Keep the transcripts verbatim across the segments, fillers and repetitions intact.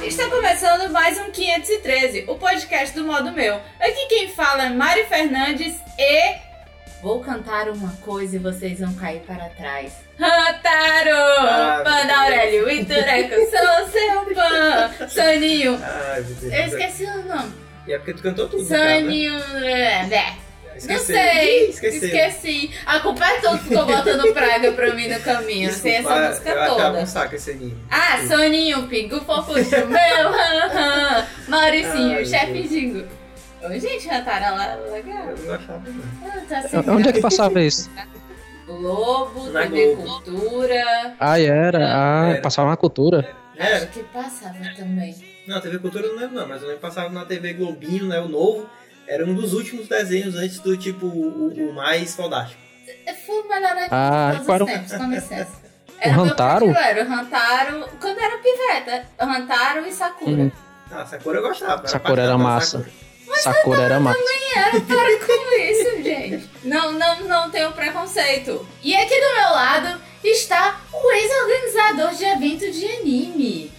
Está começando mais um quinhentos e treze, o podcast do modo meu. Aqui quem fala é Mari Fernandes e... vou cantar uma coisa e vocês vão cair para trás. Rantaro! Ah, Pan da Aurélio e Tureco, sou seu pan! Soninho! Ai, meu Deus. Eu esqueci o nome. E é porque tu cantou tudo, cara, né? Soninho... É. Não Esqueceu. sei, Esqueceu. esqueci. A culpa é toda, ficou botando praga pra mim no caminho. Eu sei essa Desculpa, música eu achava toda. um saco esse anime. Ah, Desculpa. Soninho, Pingo, Fofuxo, meu, han, han, Mauricinho, Ai, Chefe Deus. Dingo. Ô, gente, cantaram lá, legal. Eu não achava, não. Ah, tá assim, Onde é que passava isso? Globo, Na T V Globo. Cultura. Ah, era? Ah, Era. passava na cultura. É, Acho que passava também. não, T V Cultura eu não lembro não, mas eu lembro que passava na T V Globinho, né, o novo. Era um dos últimos desenhos antes do tipo, o, o mais fodástico. Foi o melhor anime Ah, de qual todos era os o- tempos, com licença. O Hantaro? meu preferido, era o Hantaro, quando era piveta. O Hantaro e Sakura. Hum. Ah, Sakura eu gostava. Sakura era apaixonado massa. pela Sakura. Sakura era massa. Era, para com isso, gente. Não, não, não tenho preconceito. E aqui do meu lado está o ex-organizador de evento de anime.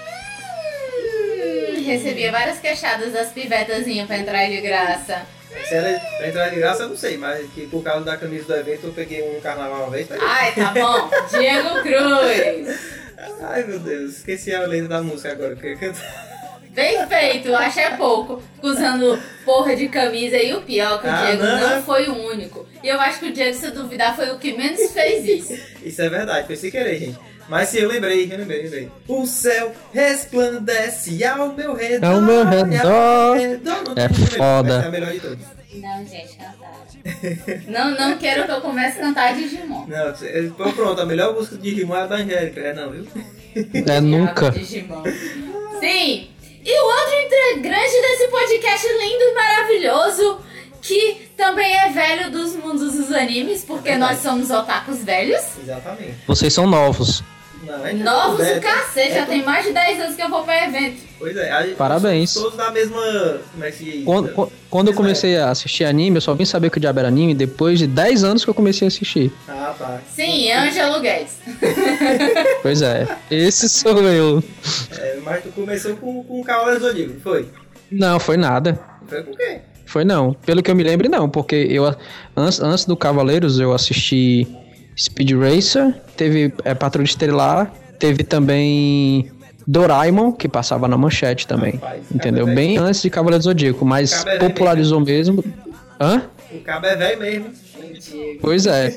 Hum, recebia várias queixadas das pivetazinhas pra entrar de graça. Se era pra entrar de graça, eu não sei, mas que por causa da camisa do evento eu peguei um no carnaval uma vez. Tá? Ai, tá bom. Diego Cruz. Ai, meu Deus, esqueci a letra da música agora, que eu ia cantar. Bem feito, acho é pouco. Fico usando porra de camisa e o pior, que o Ah, Diego não. não foi o único. E eu acho que o Diego, se duvidar, foi o que menos fez isso. Isso é verdade, foi sem querer, gente. Mas sim, eu lembrei, eu lembrei, lembrei. O céu resplandece ao meu redor. Ao meu e ao redor. meu redor. Não É tem como foda. Essa é a melhor de todas. Não, gente, cantaram. Não, não quero que eu comece a cantar Digimon. Não, você- pô, pronto, a melhor música de Digimon é a da Angélica, é não, viu? É nunca. Digimon. Sim. E o outro integrante desse podcast lindo e maravilhoso, que também é velho dos mundos dos animes, porque É verdade. nós somos otakus velhos. Exatamente. Vocês são novos. Não, é Novos é, o cacete, é, já tem mais de dez anos que eu vou pra evento. Pois é, a gente- Parabéns. Todos da mesma. Como é que se diz? Quando, quando- quando eu comecei a assistir anime, eu só vim saber que o diabo era anime depois de dez anos que eu comecei a assistir. Ah, tá. Sim, Ângelo Guedes. Pois é, esse sou eu. É, mas tu começou com, com o Cavaleiro do Zodíaco, não foi? Não, foi nada. Foi com quê? Foi não. Pelo que eu me lembro, não. Porque eu antes, antes do Cavaleiros eu assisti Speed Racer, teve é, Patrulha Estelar, teve também Doraemon, que passava na manchete também. Rapaz, Entendeu? cara, Bem antes de Cavaleiro do Zodíaco, mas Cabo é velho popularizou mesmo. Hã? O cabo é velho mesmo. Pois é.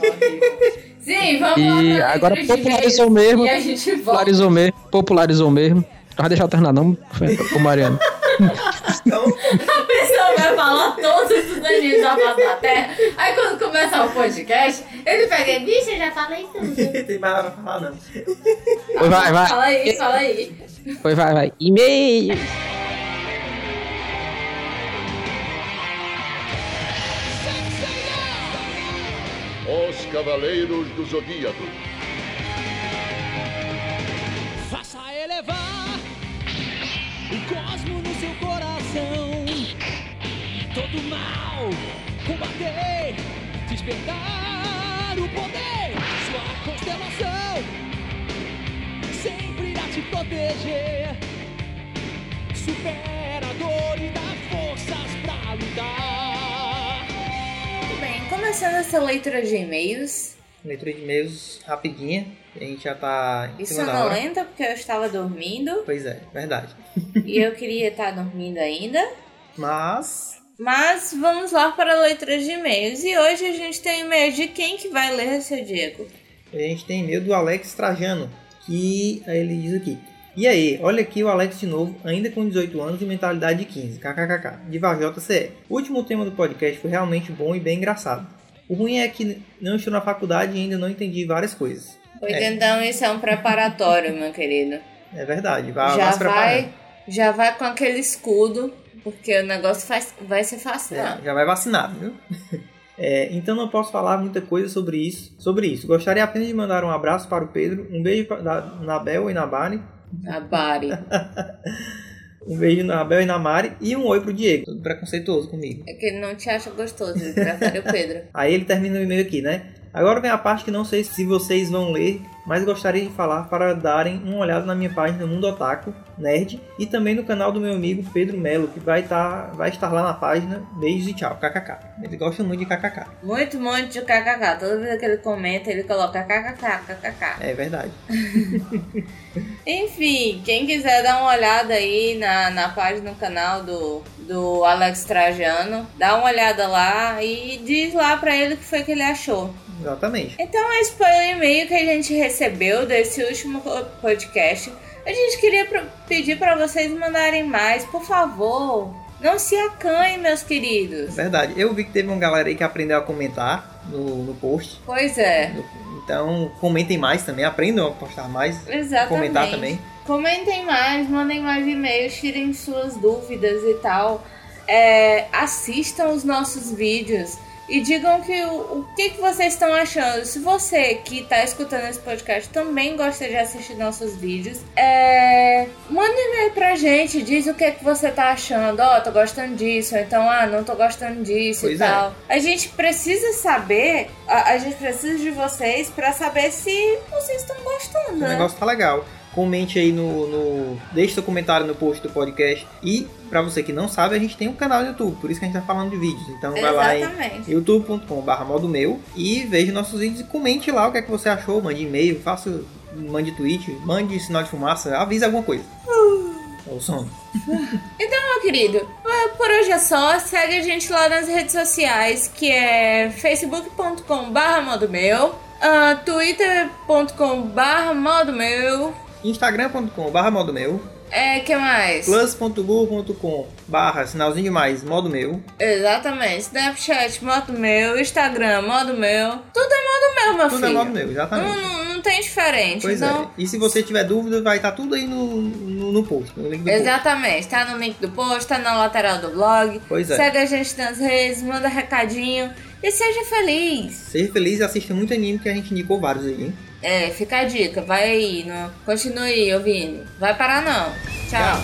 Sim, vamos E lá pra agora leitura de popularizou e-mails mesmo. E a gente volta. Popularizou mesmo. Popularizou mesmo. Não vai deixar eu terminar, não, ô Mariano. Então, A pessoa vai falar todos os animes da face da Terra. Aí quando começar o podcast, ele pega e bicho, eu já falei tudo. não tem mais nada pra falar, não. Oi, vai, vai. Fala aí, fala aí. Oi, vai, vai. E-mail. Os Cavaleiros do Zodíaco. Faça elevar o cosmo no seu coração. Todo mal combater, despertar o poder. Sua constelação sempre irá te proteger. Supera a dor e dá forças pra lutar. Muito bem, começando essa leitura de e-mails. Leitura de e-mails rapidinha. A gente já tá em E cima da hora. sonolenta, porque eu estava dormindo. Pois é, verdade. E eu queria estar dormindo ainda. Mas. Mas vamos lá para a leitura de e-mails. E hoje a gente tem e-mail de quem que vai ler, seu Diego? A gente tem e-mail do Alex Trajano, que ele diz aqui. E aí, olha aqui o Alex de novo, ainda com dezoito anos e mentalidade de quinze, kkkk, de Varjota C E. O último tema do podcast foi realmente bom e bem engraçado. O ruim é que não estou na faculdade e ainda não entendi várias coisas. Pois É. então isso é um preparatório, meu querido. É verdade, vá, já vá se preparando. vai, já vai com aquele escudo, porque o negócio faz, vai ser fácil, É, não. já vai vacinado, viu? É, então não posso falar muita coisa sobre isso, sobre isso. Gostaria apenas de mandar um abraço para o Pedro, um beijo pra, da, na Bel e na Bari, A Bari. um beijo na Bel e na Mari e um oi pro Diego, todo preconceituoso comigo. É que ele não te acha gostoso, ele prefere o Pedro. Aí ele termina o e-mail aqui, né? Agora vem a parte que não sei se vocês vão ler, mas gostaria de falar para darem uma olhada na minha página Mundo Otaku Nerd e também no canal do meu amigo Pedro Melo, que vai, tá, vai estar lá na página. Beijos e tchau, kkk. Ele gosta muito de kkk. Muito, muito de kkk. Toda vez que ele comenta, ele coloca kkk, kkk. É verdade. Enfim, quem quiser dar uma olhada aí na, na página do canal do, do Alex Trajano, dá uma olhada lá e diz lá pra ele o que foi que ele achou. Exatamente. Então esse foi o e-mail que a gente recebeu desse último podcast. A gente queria pro- pedir pra vocês mandarem mais, por favor. Não se acanhem, meus queridos. Verdade. Eu vi que teve uma galera aí que aprendeu a comentar no, no post. Pois é. Então comentem mais também, aprendam a postar mais. Exatamente. Comentar também. Comentem mais, mandem mais e-mails, tirem suas dúvidas e tal. É, assistam os nossos vídeos e digam que o, o que, que vocês estão achando. Se você que está escutando esse podcast também gosta de assistir nossos vídeos, é, manda um e-mail pra gente, diz o que, que você tá achando. Ó, oh, tô gostando disso, ou então, ah, não tô gostando disso Pois e tal. é. A gente precisa saber, a, a gente precisa de vocês pra saber se vocês estão gostando, O né? negócio tá legal. Comente aí no, no... Deixe seu comentário no post do podcast. E, pra você que não sabe, a gente tem um canal no YouTube. Por isso que a gente tá falando de vídeos. Então vai lá em Exatamente. youtube ponto com barra modo meu e veja nossos vídeos e comente lá o que é que você achou. Mande e-mail, faça, mande tweet, mande sinal de fumaça, avise alguma coisa. O som. Então, meu querido, por hoje é só. Segue a gente lá nas redes sociais, que é facebook ponto com barra modo meu, uh, twitter ponto com barra modo meu, instagram ponto com barra modo meu, é, que mais? plus ponto google ponto com barra sinalzinho de mais modo meu. Exatamente, Snapchat, modo meu, Instagram, modo meu, tudo é modo meu, meu Tudo filho. é modo meu, Não, exatamente. não, não tem diferente. Pois então, é. E se você tiver dúvida, vai estar tudo aí no, no, no post, no link do post. exatamente, tá no link do post, tá na lateral do blog. Pois é. Segue a gente nas redes, manda recadinho e seja feliz. Seja feliz e assista muito anime que a gente indicou vários aí, hein? É, fica a dica, vai aí, não... continue aí ouvindo. Vai parar não. Tchau.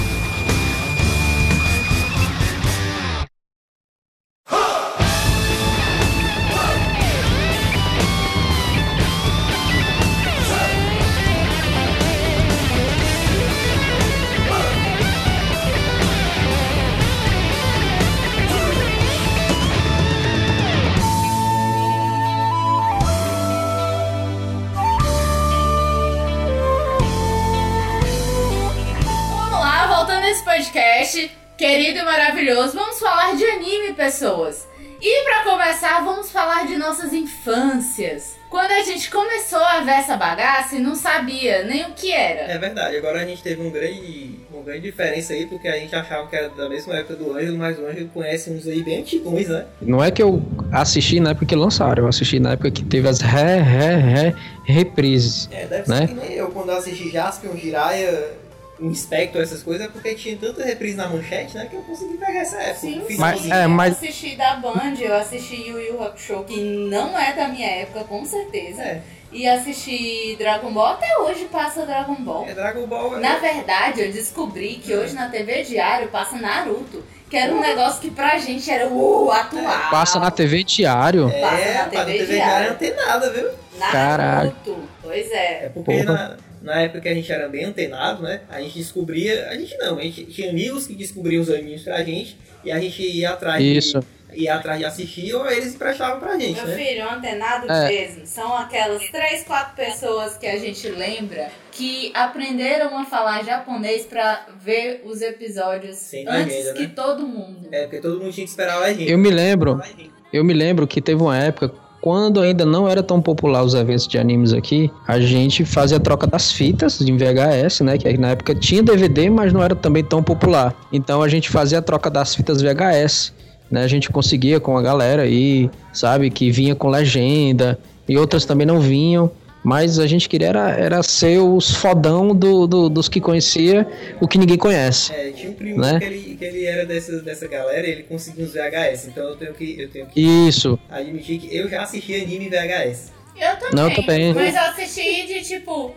Vamos lá, voltando esse podcast, querido e maravilhoso, vamos falar de anime, pessoas. E pra começar, vamos falar de nossas infâncias. Quando a gente começou a ver essa bagaça e não sabia nem o que era. É verdade, agora a gente teve um grande, uma grande diferença aí, porque a gente achava que era da mesma época do Ângelo, mas o Ângelo conhece uns aí bem antigos, né? Não é que eu assisti na época que lançaram, eu assisti na época que teve as ré, ré, ré, reprises. É, deve Né? ser que nem eu, quando eu assisti Jaspion, Jiraiya, um Spectre, essas coisas, é porque tinha tanta reprise na manchete, né, que eu consegui pegar essa época. Sim, Fiz Mas- sozinho. é, mas- Eu assisti da Band, eu assisti Yu Yu Hakusho, que não é da minha época, com certeza. É, E assisti Dragon Ball, até hoje passa Dragon Ball. é Dragon Ball. Na verdade, eu descobri que hoje na T V Diário passa Naruto, que era um negócio que pra gente era o atual. Passa na T V Diário. É, passa na rapaz, T V no T V diário. Diário não tem nada, viu? Naruto. Caralho. Pois É é. porque Porra. na, na época que a gente era bem antenado, né? A gente descobria. A gente não, a gente tinha amigos que descobriam os animes pra gente e a gente ia atrás Isso. de, ia atrás de assistir ou eles emprestavam pra gente, Meu né? filho, antenado É. mesmo. São aquelas três, quatro pessoas que a gente lembra que aprenderam a falar japonês pra ver os episódios Sem antes legenda, que né? todo mundo. É, porque todo mundo tinha que esperar a gente. Eu me lembro, eu me lembro que teve uma época, quando ainda não era tão popular os eventos de animes aqui, a gente fazia a troca das fitas em V H S, né? Que na época tinha D V D, mas não era também tão popular. Então a gente fazia a troca das fitas V H S, né? A gente conseguia com a galera aí, sabe? Que vinha com legenda e outras também não vinham. Mas a gente queria era, era ser os fodão do, do- dos que conhecia o que ninguém conhece. É, tinha um primo Né? que, ele, que ele era dessa, dessa galera e ele conseguiu os V H S. Então eu tenho que, eu tenho que Isso. admitir que eu já assisti anime em V H S. Eu também. Não, eu também. Mas eu assisti de tipo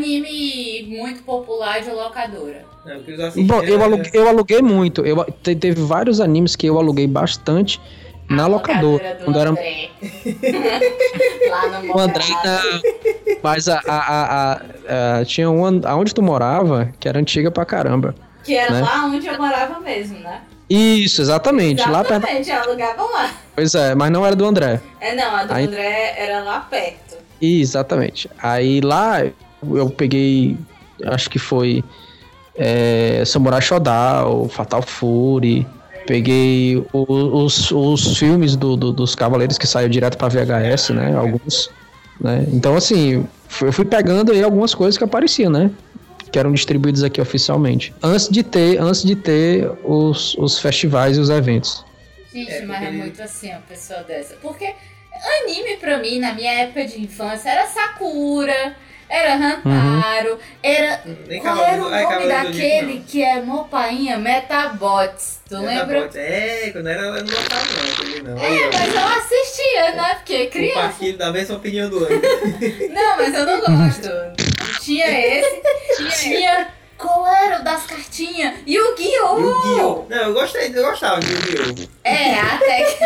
anime muito popular de locadora. Não, porque eu já assisti Bom, eu era- aluguei, eu aluguei muito. Eu, te- teve vários animes que eu aluguei bastante na locadora. do Quando era André. Lá no o André na... Mas a, a, a, a, a- tinha uma aonde tu morava, que era antiga pra caramba. Que era né? lá onde eu morava mesmo, né? Isso, exatamente. Lá perto. Exatamente, eu alugava lá. Pois é, mas não era do André. É, não, a do Aí- André era lá perto. Exatamente. Aí lá eu peguei, acho que foi é, Samurai Shodown, Fatal Fury. Peguei o- os, os filmes do, do- dos Cavaleiros que saiu direto pra V H S, né? Alguns. Né? Então, assim, eu fui pegando aí algumas coisas que apareciam, né? Que eram distribuídos aqui oficialmente. Antes de ter, antes de ter os, os festivais e os eventos. Gente, É, mas é porque- muito assim, uma pessoa dessa. Porque anime pra mim, na minha época de infância, era Sakura, era Hantaro, era... Nem Qual Cavaleiro- era o ai, nome Cavaleiro do Zodíaco, daquele não. que é Mopainha? Metabots, tu lembra? Metabots. É, quando era eu não gostava não, aquele não. É, mas eu assistia, né? Porque criança. Compartilho da mesma opinião do ano. Não, mas eu não gosto. Tinha esse, tinha... Qual era o das cartinhas? Yu-Gi-Oh! Yu-Gi-Oh! Não, eu gostei, eu gostava de Yu-Gi-Oh! É, até que,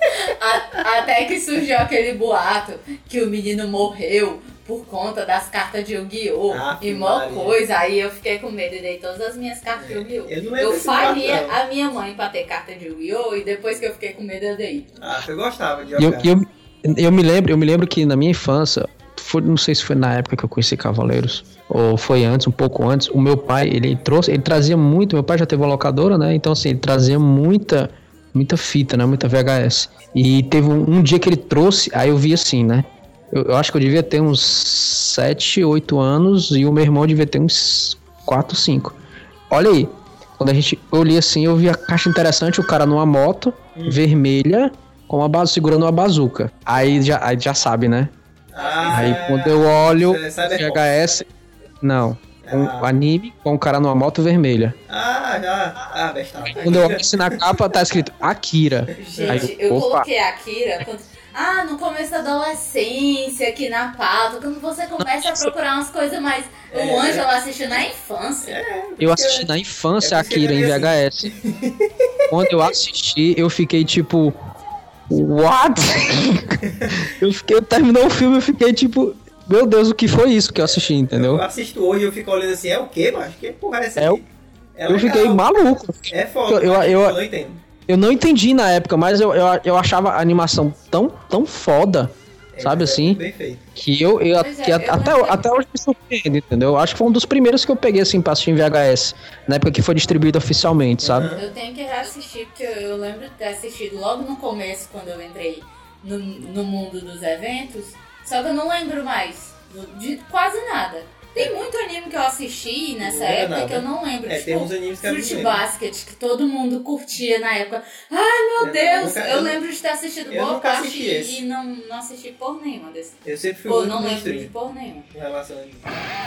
a- até que surgiu aquele boato que o menino morreu por conta das cartas de Yu-Gi-Oh! Ah, E mó Maria. coisa. Aí eu fiquei com medo e dei todas as minhas cartas de Yu-Gi-Oh! Eu não lembro Eu desse faria boato, não. a minha mãe pra ter carta de Yu-Gi-Oh! E depois que eu fiquei com medo eu dei. Ah, eu gostava de E eu, jogar. e eu, eu me lembro, eu me lembro que na minha infância, foi, não sei se foi na época que eu conheci Cavaleiros, ou foi antes, um pouco antes, o meu pai, ele trouxe, ele trazia muito, meu pai já teve uma locadora, né? Então assim, ele trazia muita, muita fita, né? Muita V H S. E teve um, um dia que ele trouxe, aí eu vi assim, né? Eu, eu acho que eu devia ter uns sete, oito anos e o meu irmão devia ter uns quatro, cinco. Olha aí, quando a gente, eu li assim, eu vi a caixa interessante, o cara numa moto vermelha com uma base segurando uma bazuca. Aí já, aí já sabe, né? Ah, Aí quando eu olho você sabe V H S, não, um Ah. anime com um cara numa moto vermelha. Ah, já. Ah, bestava. Quando eu olho assim na capa tá escrito Akira. Gente, Aí eu opa. coloquei a Akira quando... Ah, no começo da adolescência, aqui na pauta, quando você começa a procurar umas coisas mais... O É. Ângelo assistiu na infância. Eu assisti na infância É porque Akira em ele é V H S. Quando eu assisti, eu fiquei tipo, what? eu fiquei, terminou o filme, eu fiquei tipo, meu Deus, o que foi isso que eu assisti, entendeu? Eu assisto hoje e eu fico olhando assim, é o quê, macho? Que porra é essa É aqui? o- É Eu legal. fiquei maluco. É foda, Eu- mas eu- eu não entendo. Eu não entendi na época, mas eu, eu, eu achava a animação tão, tão foda, É, sabe mas é assim? Bem feito. Que eu, eu, Pois é, que eu até, lembro. até hoje me surpreende, entendeu? Eu acho que foi um dos primeiros que eu peguei assim pra assistir em V H S, na época que foi distribuído oficialmente, sabe? Eu tenho que reassistir, porque eu, eu lembro de ter assistido logo no começo, quando eu entrei no, no mundo dos eventos, só que eu não lembro mais de quase nada. Tem muito anime que eu assisti nessa Não lembra época nada. que eu não lembro. É, tipo, tem uns animes que eu não Fruit lembro. Basket, que todo mundo curtia na época. Ai, meu Eu Deus! nunca- eu eu- lembro de ter assistido eu boa nunca parte assisti e, esse. e não, não assisti por nenhuma desse. Eu sempre fui Pô, muito não lembro de mainstream por nenhuma. com relação a isso.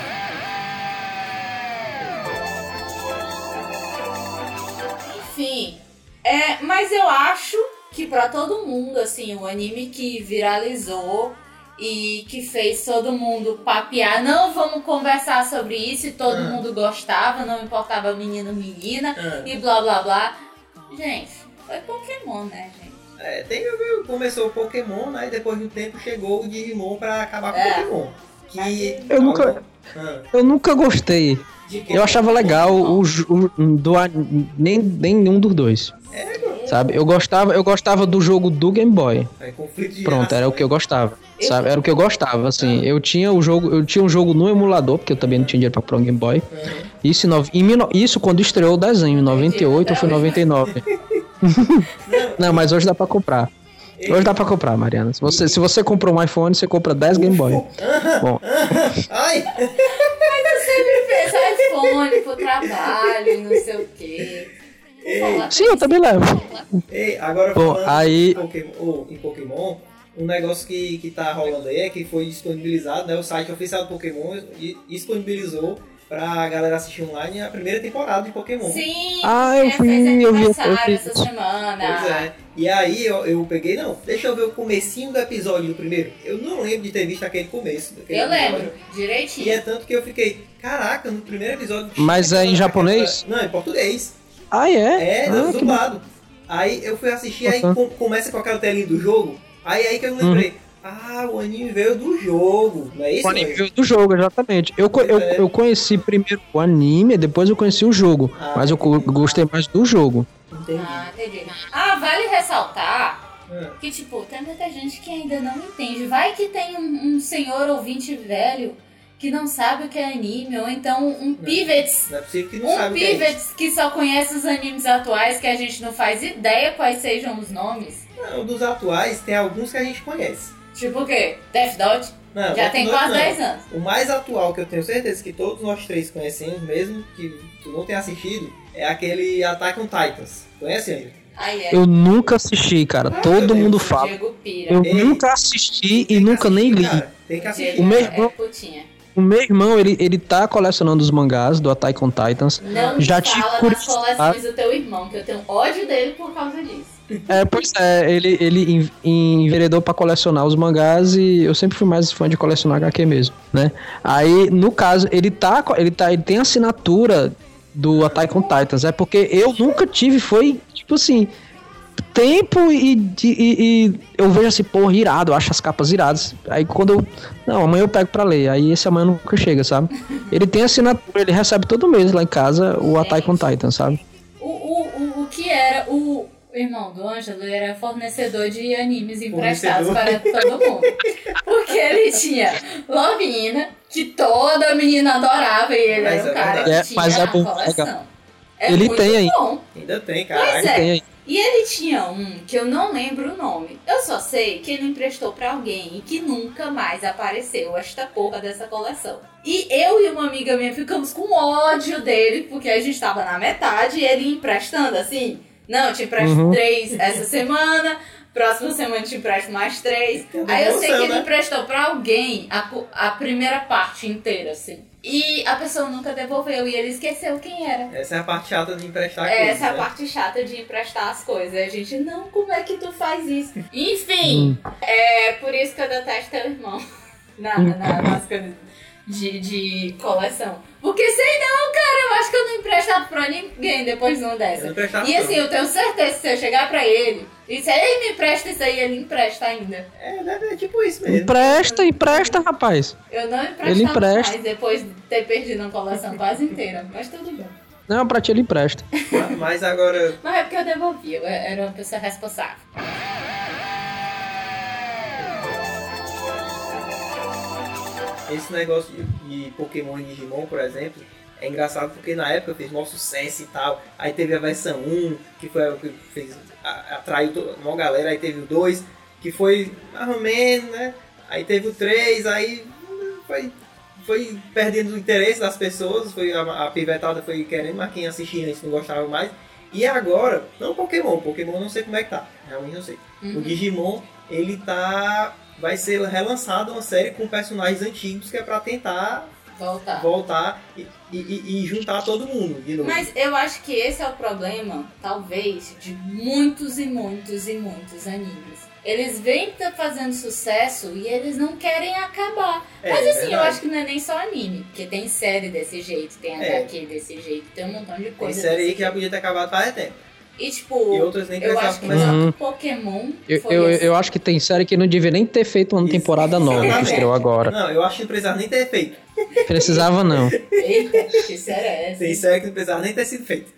Enfim, é, mas eu acho que pra todo mundo, assim, o anime que viralizou e que fez todo mundo papear, não vamos conversar sobre isso, e todo Ah. mundo gostava, não importava menino, menina, Ah. e blá blá blá. Gente, foi Pokémon, né, gente? É, tem, começou o Pokémon, né? E depois de um tempo chegou o Digimon pra acabar com o É. Pokémon. Que... Eu nunca- Ah, Eu nunca gostei. de que- Eu achava legal o, jo- o do an- nem nenhum dos dois. Sabe? Eu gostava, eu gostava do jogo do Game Boy. É, conflito de Pronto, era o que eu gerações. gostava. Sabe? Era o que eu gostava, assim. Eu tinha o jogo, eu tinha um jogo no emulador, porque eu também não tinha dinheiro pra comprar um Game Boy. Uhum. Isso, em nove- em mil no- isso quando estreou o desenho, em noventa e oito ou foi noventa e nove. Não, mas hoje dá pra comprar. Hoje dá pra comprar, Mariana. Se você, se você comprou um iPhone, você compra dez Game Boy. Bom, Ai! Eu sempre fiz iPhone pro trabalho e não sei o quê. Vou falar sim, eu também levo. Ei, agora Bom, falando aí- em, Pokémon, oh, em Pokémon, um negócio que, que tá rolando aí é que foi disponibilizado, né? O site oficial do Pokémon e- disponibilizou pra galera assistir online a primeira temporada de Pokémon. Sim, Ah, eu é, vi, fez eu vi, eu aniversário vi essa isso. semana. Pois é. E aí eu, eu peguei, não, deixa eu ver o comecinho do episódio do primeiro. Eu não lembro de ter visto aquele começo. daquele Eu episódio. lembro, E direitinho. é tanto que eu fiquei, caraca, no primeiro episódio... tinha Mas é em aquela- japonês? aquela- Não, em português. Ah, é? É, ah, que dublado. Aí eu fui assistir, aí Uhum. com- começa com aquela telinha do jogo. Aí aí que eu me lembrei. Ah, o anime veio do jogo. Não é isso, O anime velho? veio do jogo, exatamente. Eu, co- eu, É. eu conheci primeiro o anime, depois eu conheci o jogo. Ah, mas eu co- gostei mais do jogo. Entendi. Ah, entendi. Ah, vale ressaltar Ah, que, tipo, tem muita gente que ainda não entende. Vai que tem um, um senhor ouvinte velho que não sabe o que é anime, ou então um pivots, não é possível que não um sabe o que é isso. pivots que só conhece os animes atuais, que a gente não faz ideia quais sejam os nomes. Não, dos atuais tem alguns que a gente conhece. Tipo o quê? Death Note? Não, Já Death tem Note quase não. dez anos. O mais atual que eu tenho certeza que todos nós três conhecemos, mesmo que tu não tenha assistido, é aquele Attack on Titans. Conhece, André? Aí é. Eu nunca assisti, cara. Ah, Todo meu mundo Deus, fala. Diego Pira. Eu Ei, nunca assisti e Tem que nunca nem assistir, li. cara. Tem que assistir. Diego O meu é irmão- putinha. O meu irmão, ele, ele tá colecionando os mangás do Attack on Titans. Não Já me tive fala das curiosidade. coleções do teu irmão, que eu tenho ódio dele por causa disso. É, pois é, ele, ele en- enveredou pra colecionar os mangás e eu sempre fui mais fã de colecionar H Q mesmo, né? Aí, no caso, ele tá, co- ele tá, ele tem assinatura do Attack on Titans, é porque eu nunca tive, foi, tipo assim, tempo e, de- e- e eu vejo assim, porra, irado, eu acho as capas iradas. Aí quando eu, não, amanhã eu pego pra ler, aí esse amanhã nunca chega, sabe? Ele tem assinatura, ele recebe todo mês lá em casa o Attack on Titan, sabe? O, o, o, o que era o irmão do Ângelo era fornecedor de animes emprestados para todo mundo. Porque ele tinha Lovina, que toda menina adorava, e ele Mas era um é cara verdade. É, que tinha mas é a bom, coleção. legal. É Ele muito tem aí. bom. Ainda tem, Pois cara. é. Tem aí. E ele tinha um que eu não lembro o nome. Eu só sei que ele emprestou pra alguém e que nunca mais apareceu esta porra dessa coleção. E eu e uma amiga minha ficamos com ódio dele, porque a gente tava na metade e ele emprestando assim. Não, te empresto Uhum. três essa semana, próxima semana te empresto mais três. Tem Aí eu sei devolução, que ele né? emprestou pra alguém a, co- a primeira parte inteira, assim. E a pessoa nunca devolveu e ele esqueceu quem era. Essa é a parte chata de emprestar É, coisas, essa é a né? parte chata de emprestar as coisas. A gente, não, como é que tu faz isso? Enfim, é por isso que eu detesto teu irmão. Na, na, nas coisas de, de coleção. Porque sei não, cara, eu acho que eu não emprestava pra ninguém depois de uma Eu dessa. não emprestava E não. assim, eu tenho certeza que se eu chegar pra ele e disser, ei, me empresta isso aí, ele empresta ainda. É, deve- é tipo isso mesmo. Empresta, empresta, rapaz. Eu não emprestava Ele empresta. mais depois de ter perdido a coleção quase inteira. Mas tudo bem. Não, pra ti ele empresta. Mas agora, Mas é porque eu devolvi, eu era uma pessoa responsável. esse negócio de, de Pokémon e Digimon, por exemplo, é engraçado porque na época fez maior sucesso e tal. Aí teve a versão um, que foi a que fez, a, atraiu to- uma galera. Aí teve o dois, que foi mais ou menos, né? Aí teve o três, aí hum, foi, foi perdendo o interesse das pessoas. Foi, a, a pivetada foi querendo, mas quem assistia antes não gostava mais. E agora, não Pokémon, Pokémon não sei como é que tá, realmente não sei. Uhum. O Digimon, ele tá... vai ser relançado uma série com personagens antigos que é pra tentar Voltar. voltar e, e- e juntar todo mundo de novo. Mas eu acho que esse é o problema, talvez, de muitos e muitos e muitos animes. Eles vêm tá fazendo sucesso e eles não querem acabar. É, Mas assim, eu verdade. acho que não é nem só anime. Porque tem série desse jeito, tem É. H Q desse jeito, tem um montão de Tem coisa série aí desse que já jeito. podia ter acabado faz tempo. E tipo, E outras nem eu precisavam acho que começar. Uhum. tanto Pokémon Eu, foi eu, assim. eu acho que tem série que não devia nem ter feito uma Isso. temporada nova, que Exatamente. estreou agora. Não, eu acho que não precisava nem ter feito. Precisava não. Eita, que série é essa? Tem série que não precisava nem ter sido feita.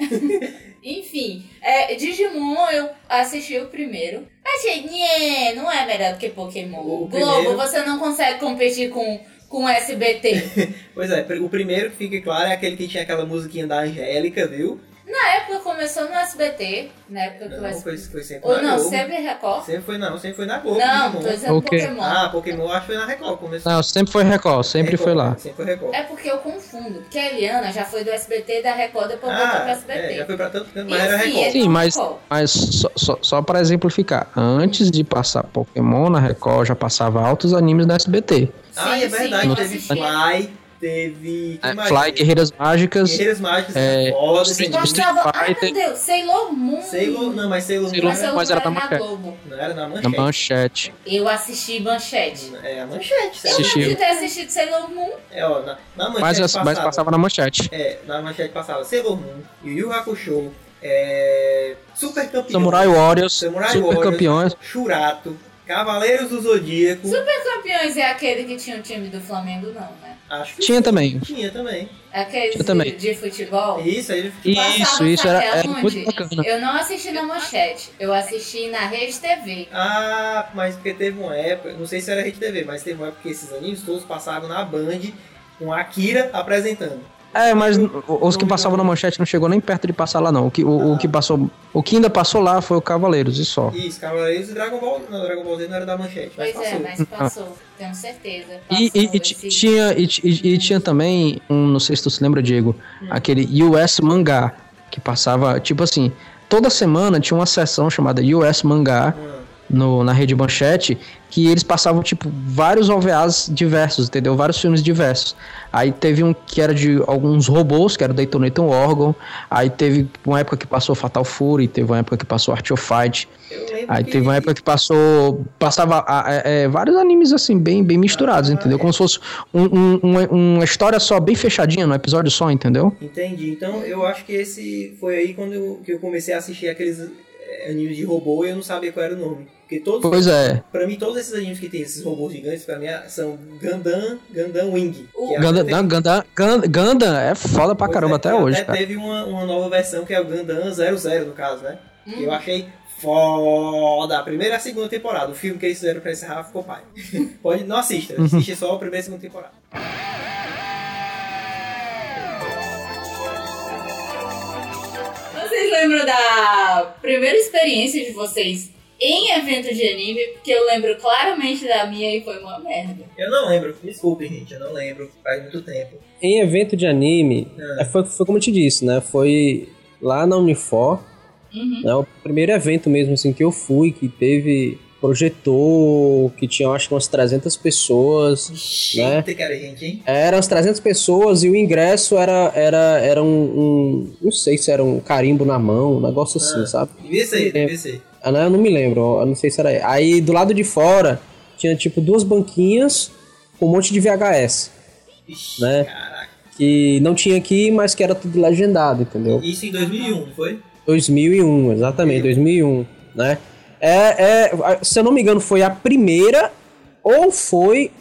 Enfim, é, Digimon eu assisti o primeiro. Achei, nhê, não é melhor do que Pokémon. O Globo, primeiro- você não consegue competir com, com S B T. Pois é, o primeiro que fique claro é aquele que tinha aquela musiquinha da Angélica, viu? Na época começou no S B T, na época que o Não, S B T... foi, foi sempre Ou na não, Globo. sempre Record. Sempre foi não, sempre foi na Globo. Não, Digimon. tô dizendo Ok. Pokémon. Ah, Pokémon acho que foi na Record. Começou. Não, sempre foi Record, sempre Record, foi lá. Sempre foi Record. É porque eu confundo, porque a Eliana já foi do S B T, da Record, depois voltou pro Ah, S B T. é, já foi pra tanto tempo, mas era Enfim, Record. é- Sim, mas, Record. mas só, só, só para exemplificar, antes de passar Pokémon na Record, já passava altos animes na S B T. Ah, Sim, é sim, verdade, eu teve assistia. Fly, teve... que É, mais? Fly, Guerreiras Mágicas, Guerreiras Mágicas, é, foda, Street- tem- Street Passava... Ai, meu Fighter. Deus, Sailor Moon. Sailor, não, mas Sailor Moon Sailor Mas Moon, Sailor mas era Moon da na Manchete. Globo. não era na na Manchete. Manchete. Eu assisti Manchete. É a Manchete. Eu Assistiu. lembro de ter assistido Sailor Moon. É, ó, na, na Manchete Mas, passava... mas passava na Manchete. É, na Manchete passava Sailor Moon, Yu Yu Hakusho, é, Super Campeões, Samurai Warriors, Samurai Super Warriors, Campeões. Churato, Cavaleiros do Zodíaco. Super Campeões é aquele que tinha o time do Flamengo, não, né? Acho que Tinha sim. também. Tinha também. Aquele Eu também. de, de futebol. Isso aí. Isso, isso era, era onde? muito bacana. Eu não assisti na Manchete, eu assisti na Rede T V. Ah, mas porque teve uma época, não sei se era Rede T V, mas teve uma época que esses animes todos passavam na Band com a Akira apresentando. É, mas os que passavam na Manchete não chegou nem perto de passar lá, não. O que, o, o que passou, o que ainda passou lá foi o Cavaleiros, e só. Isso, Cavaleiros e Dragon Ball. Não, Dragon Ball Z não era da Manchete, mas Pois passou. é, mas passou, tenho certeza. Passou E, e, e esse- tinha, e, e- e tinha também, um, não sei se tu se lembra, Diego, aquele U S Mangá, que passava, tipo assim, toda semana tinha uma sessão chamada U S Mangá Hum. no, na Rede Manchete, que eles passavam, tipo, vários O V As diversos, entendeu? Vários filmes diversos. Aí teve um que era de alguns robôs, que era o Detonator Orgon. Aí teve uma época que passou Fatal Fury, teve uma época que passou Art of Fight. Eu lembro Aí que... teve uma época que passou. Passava ah, é, é, vários animes assim, bem, bem misturados, Ah, entendeu? é. Como se fosse um, um- uma, uma história só, bem fechadinha, num episódio só, entendeu? Entendi. Então eu acho que esse foi aí quando eu, que eu comecei a assistir aqueles é, animes de robô e eu não sabia qual era o nome. Porque todos, Pois é. pra mim, todos esses animes que tem esses robôs gigantes, pra mim, são Gundam, Gundam Wing. Que é a- Gundam, tem- não, Gundam, Gundam, Gundam é foda pra Pois caramba é, até que hoje, até cara. teve uma, uma nova versão que é o Gundam zero zero, no caso, né? Hum. Que eu achei foda. A primeira e a segunda temporada. O filme que eles fizeram pra encerrar ficou pai. Pode, não assista, Uhum. assiste só a primeira e a segunda temporada. Vocês lembram da primeira experiência de vocês em evento de anime? Porque eu lembro claramente da minha e foi uma merda. Eu não lembro, desculpe, gente, eu não lembro. Faz muito tempo. Em evento de anime, É. é, foi, foi como eu te disse, né? Foi lá na Unifor, Uhum. né? O primeiro evento mesmo assim que eu fui, que teve projetor, que tinha acho que umas trezentas pessoas. Ixi, Né? que era gente, hein? Eram as trezentas pessoas e o ingresso era, era, era um, um- não sei se era um carimbo na mão, um negócio assim, Ah. sabe? Devia ser, É. devia ser. Ah, não, eu não me lembro, eu não sei se era. Aí do lado de fora tinha tipo duas banquinhas com um monte de V H S, Ixi, Né? caraca. que não tinha aqui, mas que era tudo legendado, entendeu? Isso em dois mil e um, não foi? dois mil e um, exatamente, dois mil e um, né? É, é, se eu não me engano, foi a primeira ou foi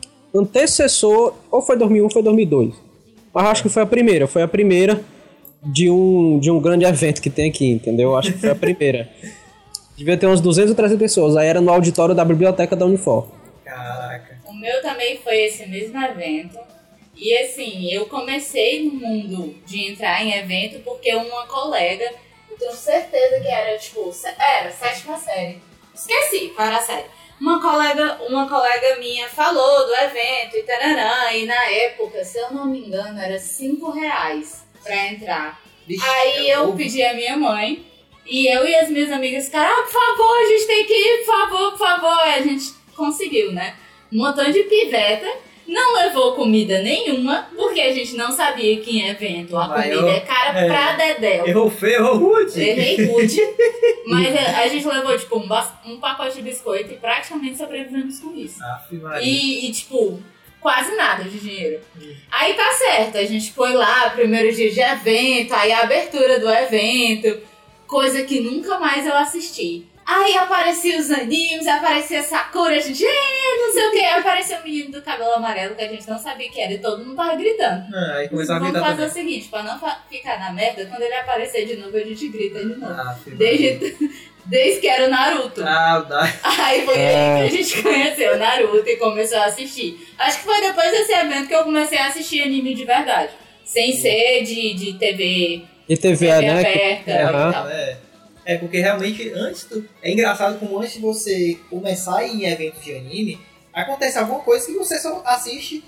antecessor, ou foi dois mil e um ou foi dois mil e dois. Mas acho que foi a primeira, foi a primeira de um, de um grande evento que tem aqui, entendeu? Acho que foi a primeira. Devia ter umas duzentas ou trezentas pessoas, aí era no auditório da biblioteca da Unifor. Caraca. O meu também foi esse mesmo evento. E assim, eu comecei no mundo de entrar em evento porque uma colega, eu tenho certeza que era tipo, sé- era sétima série. Esqueci qual era a série. Uma colega, uma colega minha falou do evento e tararã, e na época, se eu não me engano, era cinco reais pra entrar. Vixe, Aí é eu louco. pedi a minha mãe, e eu e as minhas amigas ficaram, ah, por favor, a gente tem que ir, por favor, por favor. Aí a gente conseguiu, né? Um montão de piveta, não levou comida nenhuma, porque a gente não sabia que em evento a Mas comida eu- é cara é. pra dedéu. Errou feio, errou rude. Errei rude, mas a, a gente levou, tipo, um, bas- um pacote de biscoito e praticamente sobrevivemos com isso. Aff, Maria. E, e, tipo, quase nada de dinheiro. Aí tá certo, a gente foi lá, primeiro dia de evento, aí a abertura do evento, coisa que nunca mais eu assisti. Aí apareciam os animes, aparecia Sakura, a gente, "Ê, não sei o que", apareceu o menino do cabelo amarelo que a gente não sabia que era e todo mundo tava gritando. Ah, aí começou a Vamos gritar fazer o também. seguinte, pra não fa- ficar na merda, quando ele aparecer de novo, a gente grita de novo. Aff, Maria. Desde, desde que era o Naruto. Ah, dá. Aí foi aí que a gente conheceu o Naruto e começou a assistir. Acho que foi depois desse evento que eu comecei a assistir anime de verdade. Sem ser de, de T V, E T V, T V né? que- aberta Aham. e tal. É. É porque realmente antes do... É engraçado como antes de você começar a ir em eventos de anime, acontece alguma coisa que você só assiste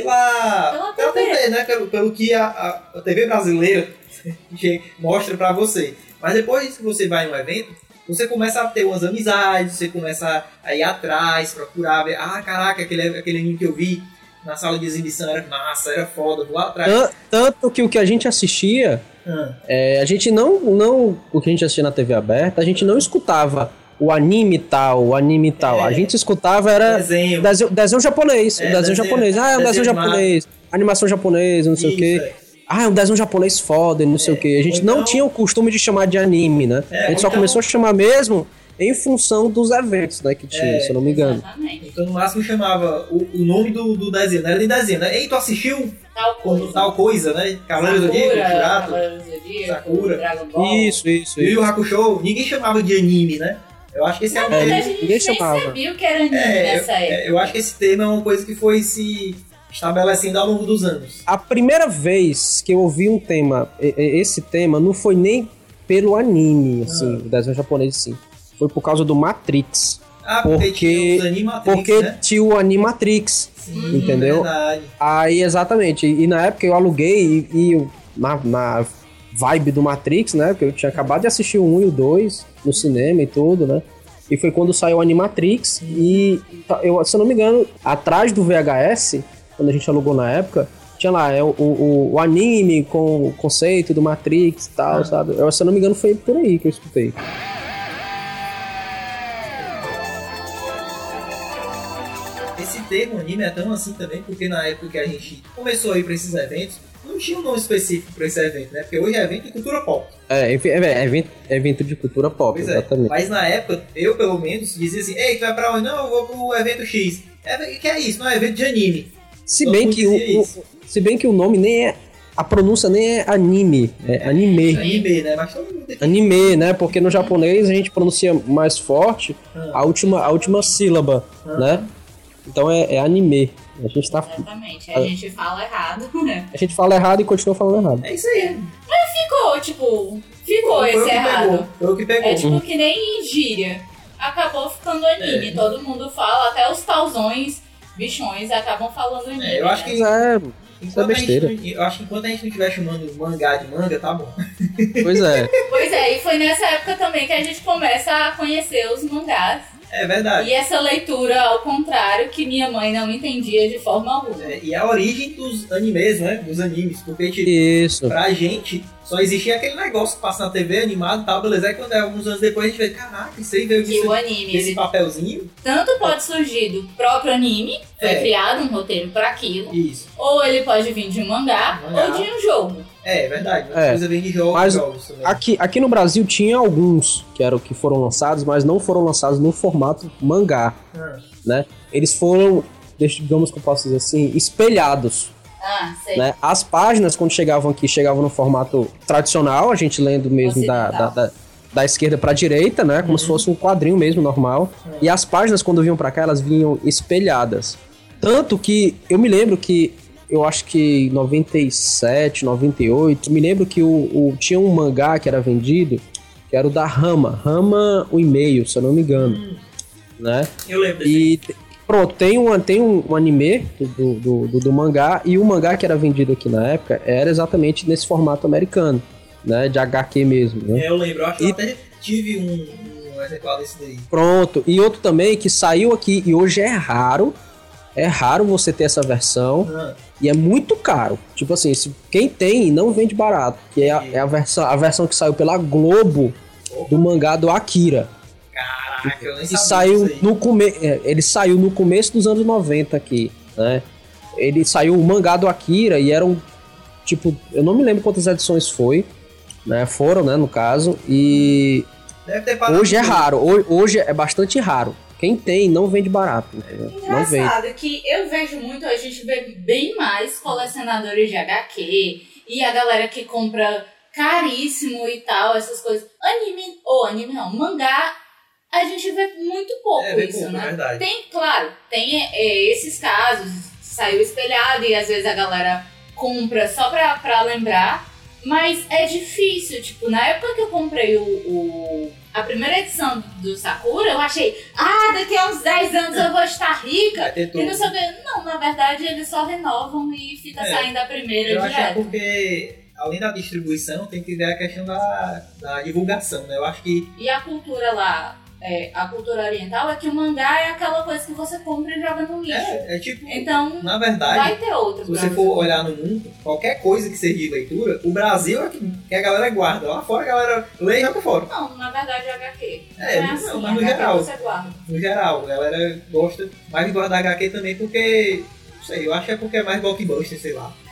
pela, Pela T V. T V, né? Pelo, pelo que a, a, a T V brasileira mostra pra você. Mas depois disso que você vai em um evento, você começa a ter umas amizades, você começa a ir atrás, procurar, ver, ah, caraca, aquele, aquele anime que eu vi na sala de exibição era massa, era foda, vou lá atrás. Tan- Tanto que o que a gente assistia, Ah, é, a gente não, não. O que a gente assistia na T V aberta, a gente não escutava o anime tal, o anime tal. É. A gente escutava era desenho. desenho, desenho japonês. É, o desenho, desenho- japonês. Ah, é um desenho desenho japonês. Animação japonesa, não sei o Isso, quê. é. ah, é um desenho japonês foda e não sei É, o que. A gente ou então- não tinha o costume de chamar de anime, né? É, a gente ou só então- começou a chamar mesmo em função dos eventos, né, que tinha, É, se eu não me engano. Exatamente. Então no máximo chamava o, o nome do, do desenho, não era nem desenho, né? Ei, tu assistiu Tal como coisa. tal coisa, né? Cavaleiro do Zodíaco, Sakura, Churato, Cavaleiro do Zodíaco, Sakura. Dragon Ball. Isso, isso, Yu isso. Yu Hakusho, ninguém chamava de anime, né? Eu acho que esse é um Na termo. verdade, a gente ninguém nem chamava. sabia o que era anime É, eu, nessa época. é, eu acho que esse termo é uma coisa que foi se estabelecendo ao longo dos anos. A primeira vez que eu ouvi um tema, e- e- esse tema, não foi nem pelo anime, assim, o desenho japonês, assim. Foi por causa do Matrix. Ah, porque, Porque- tinha os Animatrix, Porque né? tinha o Animatrix, Sim, entendeu? Verdade. Aí, exatamente. E na época eu aluguei e, e eu- na, na vibe do Matrix, né? Porque eu tinha acabado de assistir o um e o dois no cinema e tudo, né? E foi quando saiu o Animatrix. E, eu, se eu não me engano, atrás do V H S, quando a gente alugou na época, tinha lá é, o, o, o anime com o conceito do Matrix e tal, Ah. sabe? Eu, se eu não me engano, foi por aí que eu escutei. Esse termo anime é tão assim também, porque na época que a gente começou a ir pra esses eventos, não tinha um nome específico pra esse evento, né? Porque hoje é evento de cultura pop. É, enfim, é, é evento, é evento de cultura pop, Pois é. exatamente. Mas na época, eu pelo menos, dizia assim, ei, tu vai pra onde? Não, eu vou pro evento X. É, que é isso? Não é evento de anime. Se Todo bem, mundo que o, dizia o- isso. se bem que o nome nem é. A pronúncia nem é anime, é anime. Anime, né? Mas todo mundo tem Anime, né? Porque no japonês a gente pronuncia mais forte a última, a última sílaba, né? Então é, é anime. A gente, tá, Exatamente. A gente fala errado, né? a gente fala errado e continua falando errado. É isso aí. Ficou, tipo, ficou Foi o esse que errado. pegou. Foi o que pegou. É tipo que nem gíria. Acabou ficando anime. É. Todo mundo fala, até os tauzões, bichões, acabam falando anime. É, eu acho né? que- Mas é, isso é Enquanto a gente besteira. não- eu acho que enquanto a gente não estiver chamando mangá de manga, tá bom. Pois é. Pois é, e foi nessa época também que a gente começa a conhecer os mangás. É verdade. E essa leitura, ao contrário, que minha mãe não entendia de forma alguma. É, e a origem dos animes, né? Dos animes. Porque, tipo, Isso. pra gente, só existia aquele negócio que passa na T V animado e tal, beleza? Aí quando é alguns anos depois a gente vê, caraca, isso aí veio Que disso, o anime, desse ele papelzinho. tanto pode surgir do próprio anime, foi É. criado um roteiro para aquilo, Isso. ou ele pode vir de um mangá, Mangá. ou de um jogo. É, é verdade. Muita É. coisa vem de jogos, Mas jogos também. Aqui, aqui no Brasil tinha alguns que eram que foram lançados, mas não foram lançados no formato mangá, Ah, né? Eles foram, deixa- digamos que eu posso dizer assim, espelhados. Ah, sei. Né? As páginas, quando chegavam aqui, chegavam no formato tradicional, a gente lendo mesmo da, da, Ocidental. da, da esquerda pra direita, né? Como se fosse um quadrinho mesmo, normal. E as páginas, quando vinham pra cá, elas vinham espelhadas. Tanto que eu me lembro que, eu acho que em noventa e sete, noventa e oito, me lembro que o, o- tinha um mangá que era vendido, que era o da Rama. Rama, o e-mail, se eu não me engano. Né? eu lembro desse. E te- pronto, tem um, tem um, um anime do, do, do, do mangá, e o mangá que era vendido aqui na época era exatamente nesse formato americano, né? De H Q mesmo, né? É, eu lembro. Eu acho que E- eu até tive um, um exemplar desse daí. Pronto, e outro também que saiu aqui, e hoje é raro, é raro você ter essa versão, Ah, e é muito caro. Tipo assim, se, quem tem não vende barato, que é a, é a versão, a versão que saiu pela Globo do mangá do Akira. caraca, eu nem Que sabia saiu disso aí. no come... é, ele saiu no começo dos anos noventa aqui, né? Ele saiu o mangá do Akira e eram tipo, eu não me lembro quantas edições foi, né? Foram, né, no caso, e Deve ter parado hoje é tudo. raro, ho- hoje é bastante raro. Quem tem não vende barato, entendeu? Não vende. Engraçado que eu vejo muito, a gente vê bem mais colecionadores de H Q e a galera que compra caríssimo e tal, essas coisas. Anime, ou anime não, mangá, a gente vê muito pouco É, vê isso, pouco, é né? verdade. Tem, claro, tem é, esses casos, saiu espelhado e às vezes a galera compra só pra, pra lembrar, mas é difícil, tipo, na época que eu comprei o, o- a primeira edição do Sakura, eu achei, ah, daqui a uns dez anos eu vou estar rica, Vai ter tudo. e não sei o que. Não, na verdade eles só renovam e fica É, saindo a primeira Eu acho que é direto. porque, além da distribuição, tem que ver a questão da, da divulgação, né? Eu acho que E a cultura lá, é, a cultura oriental, é que o mangá é aquela coisa que você compra e joga no lixo. é, é tipo, Então, na verdade, vai ter outra. se você for olhar no mundo, qualquer coisa que seja de leitura, o Brasil é que, que a galera guarda. Lá fora a galera lê e joga fora. Não, na verdade é H Q. É, não é não, assim, mas no H Q geral. você guarda. No geral, a galera gosta mais de guardar H Q também porque, não sei, eu acho que é porque é mais blockbuster, sei lá. Ah, não sei.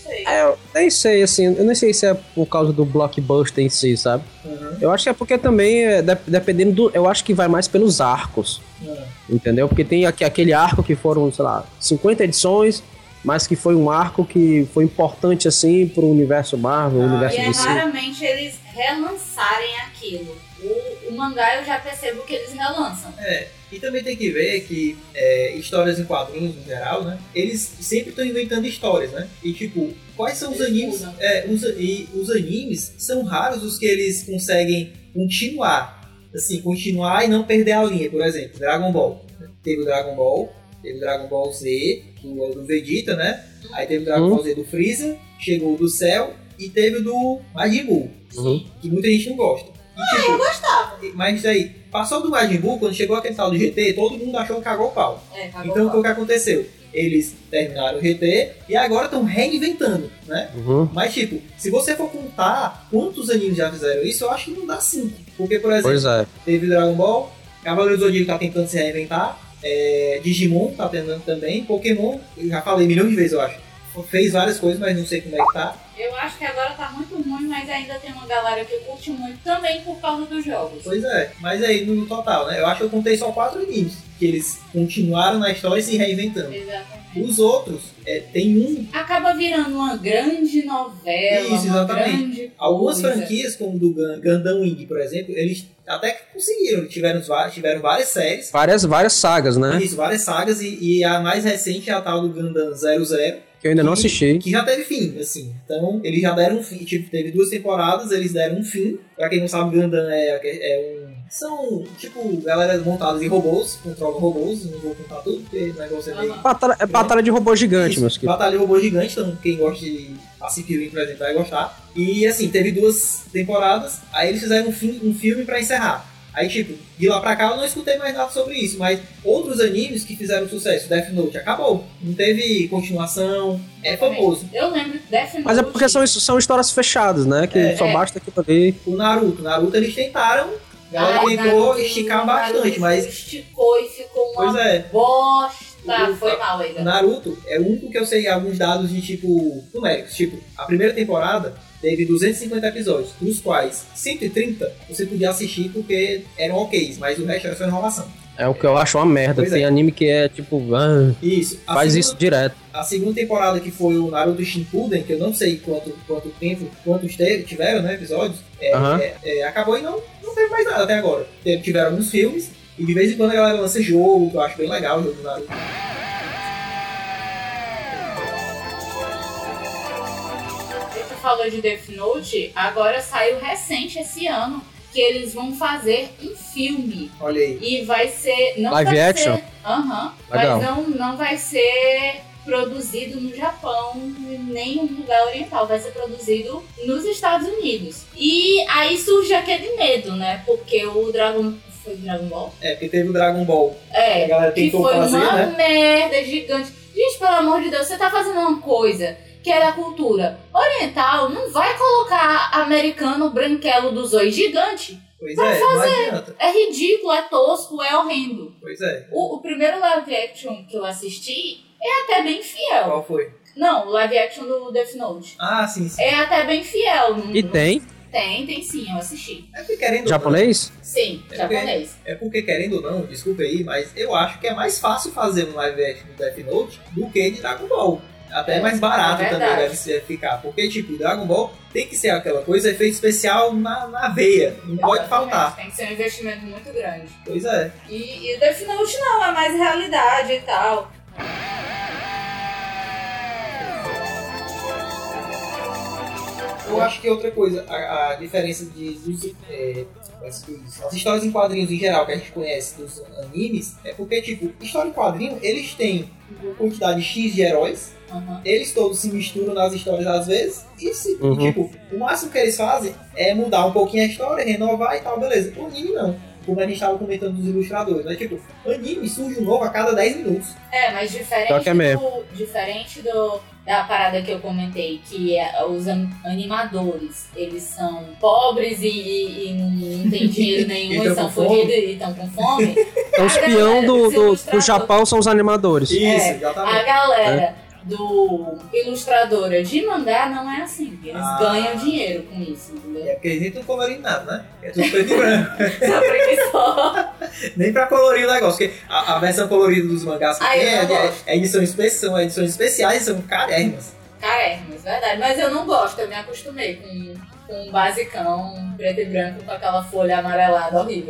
sei. É, eu nem sei, assim, eu nem sei se é por causa do blockbuster em si, sabe? Uhum. Eu acho que é porque também, é, de- dependendo do... Eu acho que vai mais pelos arcos, Uhum. entendeu? Porque tem aqui, aquele arco que foram, sei lá, cinquenta edições, mas que foi um arco que foi importante, assim, pro universo Marvel, Ah, universo E é D C. raramente eles relançarem aquilo. O, o mangá eu já percebo que eles relançam. É, e também tem que ver que é, histórias em quadrinhos, no geral, né? Eles sempre estão inventando histórias, né? E tipo, quais são os Eles animes? mudam. É, os, e os animes são raros os que eles conseguem continuar. Assim, continuar e não perder a linha. Por exemplo, Dragon Ball. Teve o Dragon Ball, teve o Dragon Ball Z, do, do Vegeta, né? Aí teve o Dragon Uhum. Ball Z do Freeza, chegou o do Cell e teve o do Majin Buu, Uhum. que muita gente não gosta. E, tipo, Eu gostava. mas isso aí, passou do Majin Buu, quando chegou aquele tal do G T, todo mundo achou que cagou o pau. É, cagou Então, o pau. o que aconteceu? Eles terminaram o G T e agora estão reinventando, né? Uhum. Mas, tipo, se você for contar quantos animes já fizeram isso, eu acho que não dá cinco. Porque, por exemplo, Pois é. teve Dragon Ball, Cavaleiro do Zodíaco tá tentando se reinventar, é, Digimon tá tentando também, Pokémon, eu já falei milhões de vezes, eu acho. Fez várias coisas, mas não sei como é que tá. Eu acho que agora tá muito ruim, mas ainda tem uma galera que curte muito também por causa dos jogos. Pois é, mas aí no total, né? Eu acho que eu contei só quatro animes, que eles continuaram na história e se reinventando. Exatamente. Os outros, é, tem um. Acaba virando uma grande novela, Isso, uma exatamente. grande Algumas coisa. franquias, como do Gun- Gundam Wing, por exemplo, eles até que conseguiram. Tiveram, várias- tiveram várias séries, Várias, várias sagas, né? isso, várias sagas, e, e a mais recente é a tal do Gundam zero zero, Que eu ainda não que- assisti. que já teve fim, assim. Então, eles já deram um fim. Tipo, teve duas temporadas, eles deram um fim. Pra quem não sabe, Gundam é, é um... São, tipo, galera montadas em robôs, controlam robôs. Não vou contar tudo, porque o negócio é meio... Aham. Batalha, é batalha de robô gigante, Isso, meus queridos. Batalha de robô gigante, então quem gosta de Pacific, por exemplo, vai gostar. E assim, teve duas temporadas, aí eles fizeram um, fim, um filme pra encerrar. Aí, tipo, de lá pra cá eu não escutei mais nada sobre isso, mas outros animes que fizeram sucesso, Death Note, acabou. Não teve continuação, é famoso. Eu lembro Death Note. Mas é porque são, são histórias fechadas, né? Que É, só é. basta aquilo ali. O Naruto, Naruto eles tentaram, a galera Ai, tentou Naruto, esticar Naruto bastante, mas... esticou e ficou uma Pois é, bosta. O- Foi mal o ainda. Naruto é o único que eu sei alguns dados de tipo numéricos. Tipo, a primeira temporada teve duzentos e cinquenta episódios, dos quais cento e trinta você podia assistir porque eram ok, mas o resto era só enrolação. É o que eu acho uma merda. Pois Tem é. anime que é tipo. ah, Isso. A faz segunda, isso direto. A segunda temporada, que foi o Naruto Shippuden, que eu não sei quanto, quanto tempo, quantos te- tiveram, né, episódios, é, Aham. é, é, acabou e não, não teve mais nada até agora. Teve- Tiveram alguns filmes, e de vez em quando a galera lança jogo, que eu acho bem legal o jogo do Naruto. Você falou de Death Note, agora saiu recente esse ano que eles vão fazer um filme. Olha aí. E vai ser. Não Live vai action? Ser, aham. Legal. Mas não, não vai ser produzido no Japão, em nenhum lugar oriental. Vai ser produzido nos Estados Unidos. E aí surge aquele medo, né? Porque o Dragon. Foi Dragon Ball? É, porque teve o Dragon Ball. É. A galera Que tentou foi fazer, uma né? merda gigante. Gente, pelo amor de Deus, você tá fazendo uma coisa que é da cultura oriental, não vai colocar americano branquelo do zóio gigante. Pois é, não adianta. É ridículo, é tosco, é horrendo. Pois é. O, o primeiro live action que eu assisti é até bem fiel. Qual foi? Não, o live action do Death Note. Ah, sim, sim. É até bem fiel. Não- E tem Tem, tem sim, eu assisti. É porque querendo japonês? Sim, É japonês. É porque, querendo ou não, desculpa aí, mas eu acho que é mais fácil fazer um live action do Death Note do que de Dragon Ball. Até É, mais barato é também verdade. deve ser, ficar. Porque, tipo, Dragon Ball tem que ser aquela coisa, efeito especial na, na veia. Não pode Exatamente, faltar. Tem que ser um investimento muito grande. Pois é. E, e o Death Note não, é mais realidade e tal. Eu acho que outra coisa, a, a diferença de, dos, é, as, dos- as histórias em quadrinhos em geral que a gente conhece dos animes, é porque, tipo, história em quadrinho, eles têm uma quantidade X de heróis, Uhum. eles todos se misturam nas histórias às vezes, e se, Uhum. tipo, o máximo que eles fazem é mudar um pouquinho a história, renovar e tal, beleza. O anime não. Como a gente estava comentando dos ilustradores, mas tipo, anime surge um novo a cada dez minutos. É, mas diferente, Pior que é mesmo. do, diferente do, da parada que eu comentei, que é, os an- animadores, eles são pobres e, e- e não tem dinheiro nenhum, E e tão são com fome. fodidos e estão com fome. Então, os A peão galera, do, os do, do ilustradores- Japão são os animadores. Isso, É, exatamente. A galera do ilustradora de mangá não é assim. Eles Ah. ganham dinheiro com isso, entendeu? É porque eles nem tudo colorido nada, né? É tudo preto e branco. Só preguiçosa. Nem pra colorir o negócio, porque a, a versão colorida dos mangás que Ai, tem eu é, não é, gosto. é edição espe- são edições especiais e são carérrimas. Carérrimas, verdade. Mas eu não gosto, eu me acostumei com, com um basicão preto e branco com aquela folha amarelada horrível.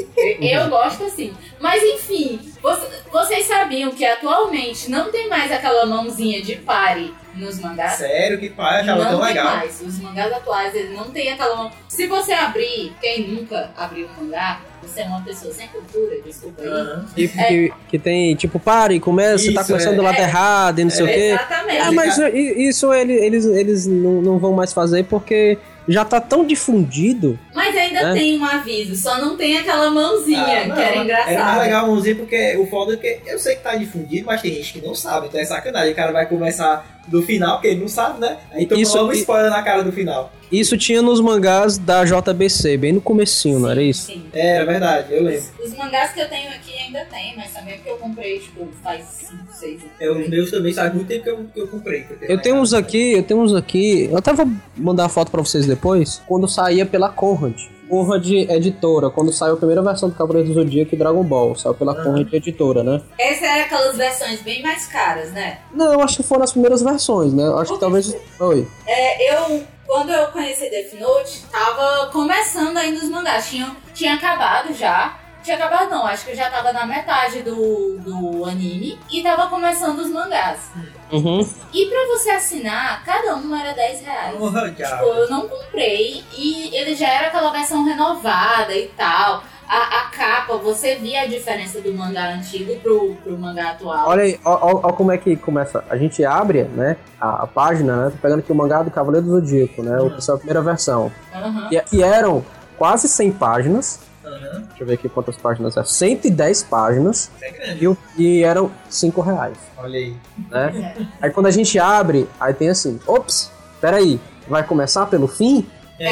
Eu gosto assim. Mas enfim, você- vocês sabiam que atualmente não tem mais aquela mãozinha de pare nos mangás? Sério, que pai, achava Não tão tem legal. mais. Os mangás atuais, eles não tem aquela mão. Se você abrir, quem nunca abriu um mangá, você é uma pessoa sem cultura, desculpa aí. Aham. Que, que, que tem, tipo, pare, começa, você tá Isso, começando é. do lado É. errado e não sei o quê. Exatamente. Ah, mas i- isso ele- eles, eles não, não vão mais fazer porque já tá tão difundido. Mas ainda É. tem um aviso, só não tem aquela mãozinha, Ah, não, que era engraçado. Era mais legal, vamos dizer, porque o foda é que eu sei que tá difundido, mas tem gente que não sabe, então é sacanagem. O cara vai começar do final, porque ele não sabe, né? Aí toma Isso- logo um spoiler na cara do final. Isso tinha nos mangás da J B C, bem no comecinho, não era isso? Sim. É, é verdade, eu lembro. Os, os mangás que eu tenho aqui ainda tem, mas também é porque eu comprei, tipo, faz cinco, seis anos. É, os meus também faz muito tempo que eu, que eu comprei. que Eu tenho uns aqui, eu tenho uns aqui. Eu até vou mandar a foto pra vocês depois. Quando saía pela Conrad. Conrad Editora, quando saiu a primeira versão do Cavaleiro do Zodíaco e Dragon Ball. Saiu pela Ah. Conrad Editora, né? Essas eram aquelas versões bem mais caras, né? Não, eu acho que foram as primeiras versões, né? Eu acho que talvez. Oi. É, eu, quando eu conheci Death Note, tava começando ainda os mangás. Tinha, tinha acabado já. Tinha acabado não, acho que eu já tava na metade do, do anime e tava começando os mangás. Uhum. E pra você assinar, cada um era dez reais. Porra, Tipo, diabo. eu não comprei e ele já era aquela versão renovada e tal. A, a capa, você via a diferença do mangá antigo pro, pro mangá atual. Olha aí, ó, ó, ó como é que começa. A gente abre, né? A, a página, né? Tô pegando aqui o mangá do Cavaleiro do Zodíaco, né? O essa é a primeira versão. Aham. Que, que eram quase cem páginas. Aham, Deixa eu ver aqui quantas páginas é. cento e dez páginas. isso é grande. E, o- e eram cinco reais. Olha aí. Né? Aí quando a gente abre, aí tem assim, ops, peraí, vai começar pelo fim?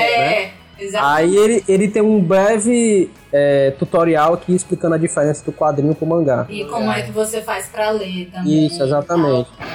É, exatamente. Aí ele, ele tem um breve é, tutorial aqui explicando a diferença do quadrinho pro mangá. E como é que você faz pra ler também. Isso, exatamente. e tal.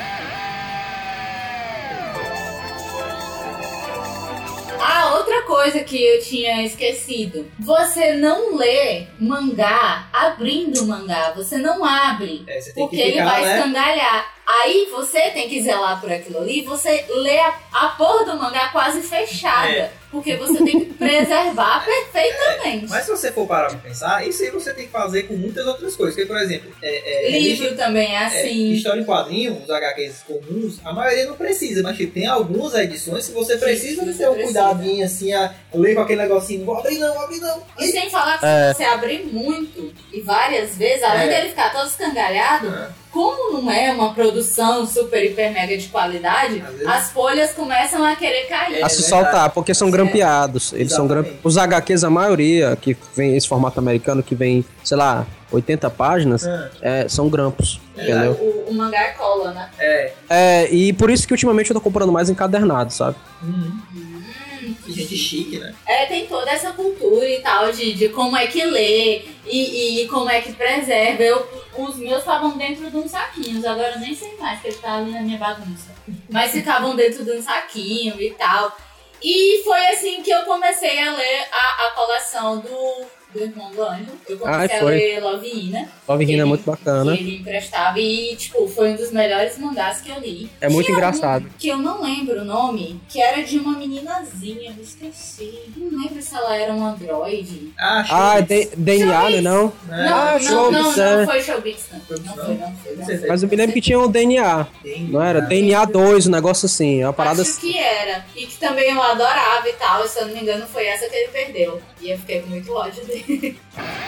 Ah, outra coisa que eu tinha esquecido. Você não lê mangá abrindo o mangá. Você não abre. É, você tem Porque que ele ficar, vai né? escangalhar. Aí você tem que zelar por aquilo ali. Você lê a, a porra do mangá quase fechada. É. Porque você tem que preservar perfeitamente. Mas se você for parar pra pensar, isso aí você tem que fazer com muitas outras coisas. Porque, por exemplo, é, é, Livro também é é, assim. história em quadrinho, os H Qs comuns, a maioria não precisa, mas tipo, tem algumas edições que você precisa você ter um precisa. cuidadinho assim, a ler com aquele negocinho, não vou abrir não, vou abrir não. E sem falar que É. se você abrir muito e várias vezes, além É. dele ficar todo escangalhado, Ah, como não é uma produção super, hiper, mega de qualidade, Às vezes- as folhas começam a querer cair. É A se verdade. soltar, porque são grampeados. Eles são Exatamente. grampe... Os H Qs, a maioria, que vem esse formato americano, que vem, sei lá, oitenta páginas, Ah, é, são grampos. E Entendeu? o, o mangá é cola, né? é. É, e por isso que ultimamente eu tô comprando mais encadernado, sabe? Uhum. Hum, Que gente chique, né? É, tem toda essa cultura e tal de, de como é que lê e, e como é que preserva. Eu, os meus estavam dentro de uns saquinhos, agora eu nem sei mais, que ele tá ali na minha bagunça. Mas ficavam dentro de um saquinho e tal. E foi assim que eu comecei a ler a, a coleção do, do Irmão do Anjo. Eu comecei Ah, a foi. ler Love Hina. Love Hina é Ele- muito bacana. Que ele emprestava e, tipo, foi um dos melhores mangás que eu li. É muito Tinha engraçado. um que eu não lembro o nome, que era de uma meninazinha, eu esqueci. Não lembro se ela era um androide. Ah, Ah, show. D- D N A, né, não? É, Não, Ah, não, Showbiz, não, é. não foi Showbiz, não. Não Não? foi, não foi. Não Você foi. Mas eu me lembro que tinha o D N A, tem, não era? né? D N A dois, um negócio assim, é uma parada Acho assim. que era. E que também eu adorava e tal, e se eu não me engano foi essa que ele perdeu. E eu fiquei com muito ódio dele.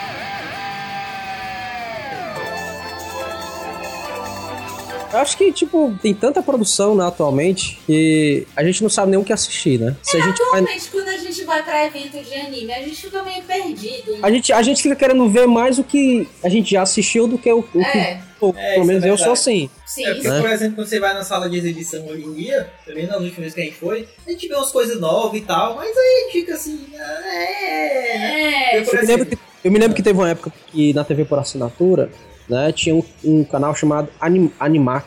Eu acho que, tipo, tem tanta produção, né, atualmente, que a gente não sabe nem o que assistir, né? Se a gente vai... Atualmente, quando a gente vai pra evento de anime, a gente fica meio perdido. né? A gente, a gente fica querendo ver mais o que a gente já assistiu do que o, o que... É, Pô, É, pelo isso menos é eu sou verdade. assim. sim. É porque, Né? por exemplo, quando você vai na sala de exibição hoje em dia, também nas últimas vezes que a gente foi, a gente vê umas coisas novas e tal, mas aí a gente fica assim, ah, é, né? É, Porque, por Eu me, lembro exemplo, que, eu me lembro que teve uma época que na T V por assinatura, né, tinha um, um canal chamado Anim, Animax.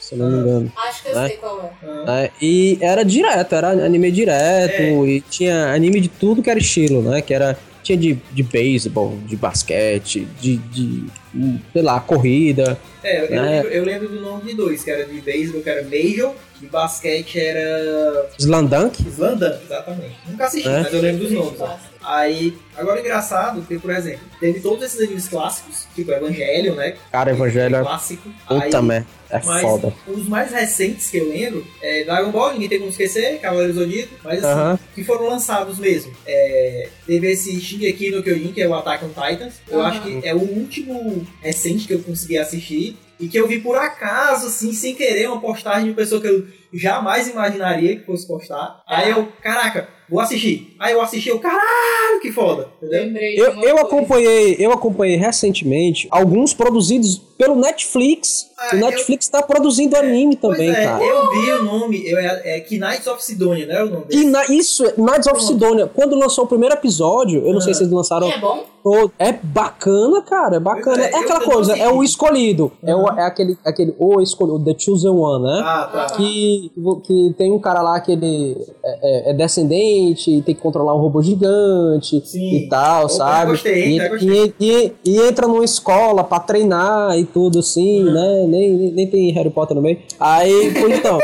se eu não me engano. Acho que eu né? sei qual é. É, e era direto, era anime direto, É. e tinha anime de tudo que era estilo, né? Que era, tinha de, de beisebol, de basquete, de, de, sei lá, corrida. É, eu, É. lembro, eu lembro do nome de dois, que era de beisebol, que era Major, de basquete era Slandunk. Slandunk, exatamente. Nunca assisti, É. mas eu lembro dos nomes. Ó. Aí, agora engraçado, porque, por exemplo, teve todos esses animes clássicos, tipo Evangelion, né? Cara, Evangelho é Clássico. puta Aí, merda, é mas foda. os mais recentes que eu lembro é Dragon Ball, ninguém tem como esquecer, Cavaleiro do Zodíaco, mas assim, Aham. que foram lançados mesmo. É, teve esse Shingeki no Kyojin, que é o Attack on Titans. Eu Aham. acho que é o último recente que eu consegui assistir. E que eu vi por acaso, assim, sem querer, uma postagem de uma pessoa que eu jamais imaginaria que fosse postar. Aí eu, caraca, vou assistir. Aí eu assisti, eu, caralho, que foda. Entendeu? Lembrei de Eu, uma eu coisa. acompanhei, eu acompanhei recentemente alguns produzidos pelo Netflix. Ah, o eu- Netflix tá produzindo anime também, pois é, cara. eu vi o nome, eu, é, é Knights of Sidonia, não é o nome dele? E na, isso, Knights of Pronto. Sidonia, quando lançou o primeiro episódio, eu não sei Ah. se eles lançaram E é bom? todo. É bacana, cara, é bacana. Pois é, É, eu- aquela eu não coisa, assisti. é o escolhido. É, o, Uhum. é aquele, aquele o escolhido, The Chosen One, né? Ah, tá. Que, que tem um cara lá que ele é, é- é descendente e tem que controlar um robô gigante Sim. e tal, Opa, sabe? gostei, e, já gostei. e, e- e entra numa escola pra treinar e tudo assim, Uhum. né? Nem, nem, nem tem Harry Potter no meio. Aí, pois então.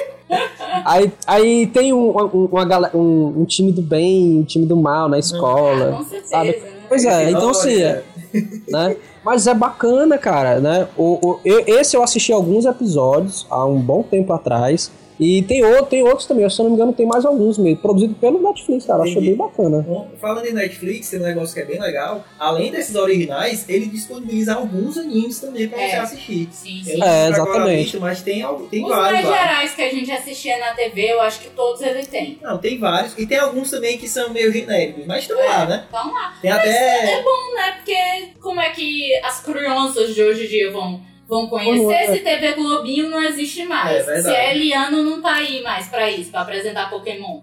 Aí, aí tem um, um, uma gala- um, um time do bem, um time do mal na escola. Ah, com certeza, sabe? né? Pois é, então assim, Olha. é, né? Mas é bacana, cara, né? O, o, eu- esse eu assisti alguns episódios há um bom tempo atrás. E tem, outro, tem outros também, se eu não me engano, tem mais alguns mesmo, produzido pelo Netflix, cara. Eu achei Entendi. bem bacana. Bom, falando em Netflix, tem um negócio que é bem legal. Além desses originais, ele disponibiliza alguns animes também pra É. você assistir. Sim, Eu sim. não É, lembro agora a exatamente. lista, mas tem, al- tem Os vários mais lá. gerais que a gente assistia na T V, eu acho que todos ele tem. Não, tem vários. E tem alguns também que são meio genéricos, mas estão lá, né? Então lá. Tem É até. bom, né? Porque como é que as crianças de hoje em dia vão, vão conhecer Uhum, é. se T V Globinho não existe mais? É verdade. Se a Eliano não tá aí mais pra isso, pra apresentar Pokémon.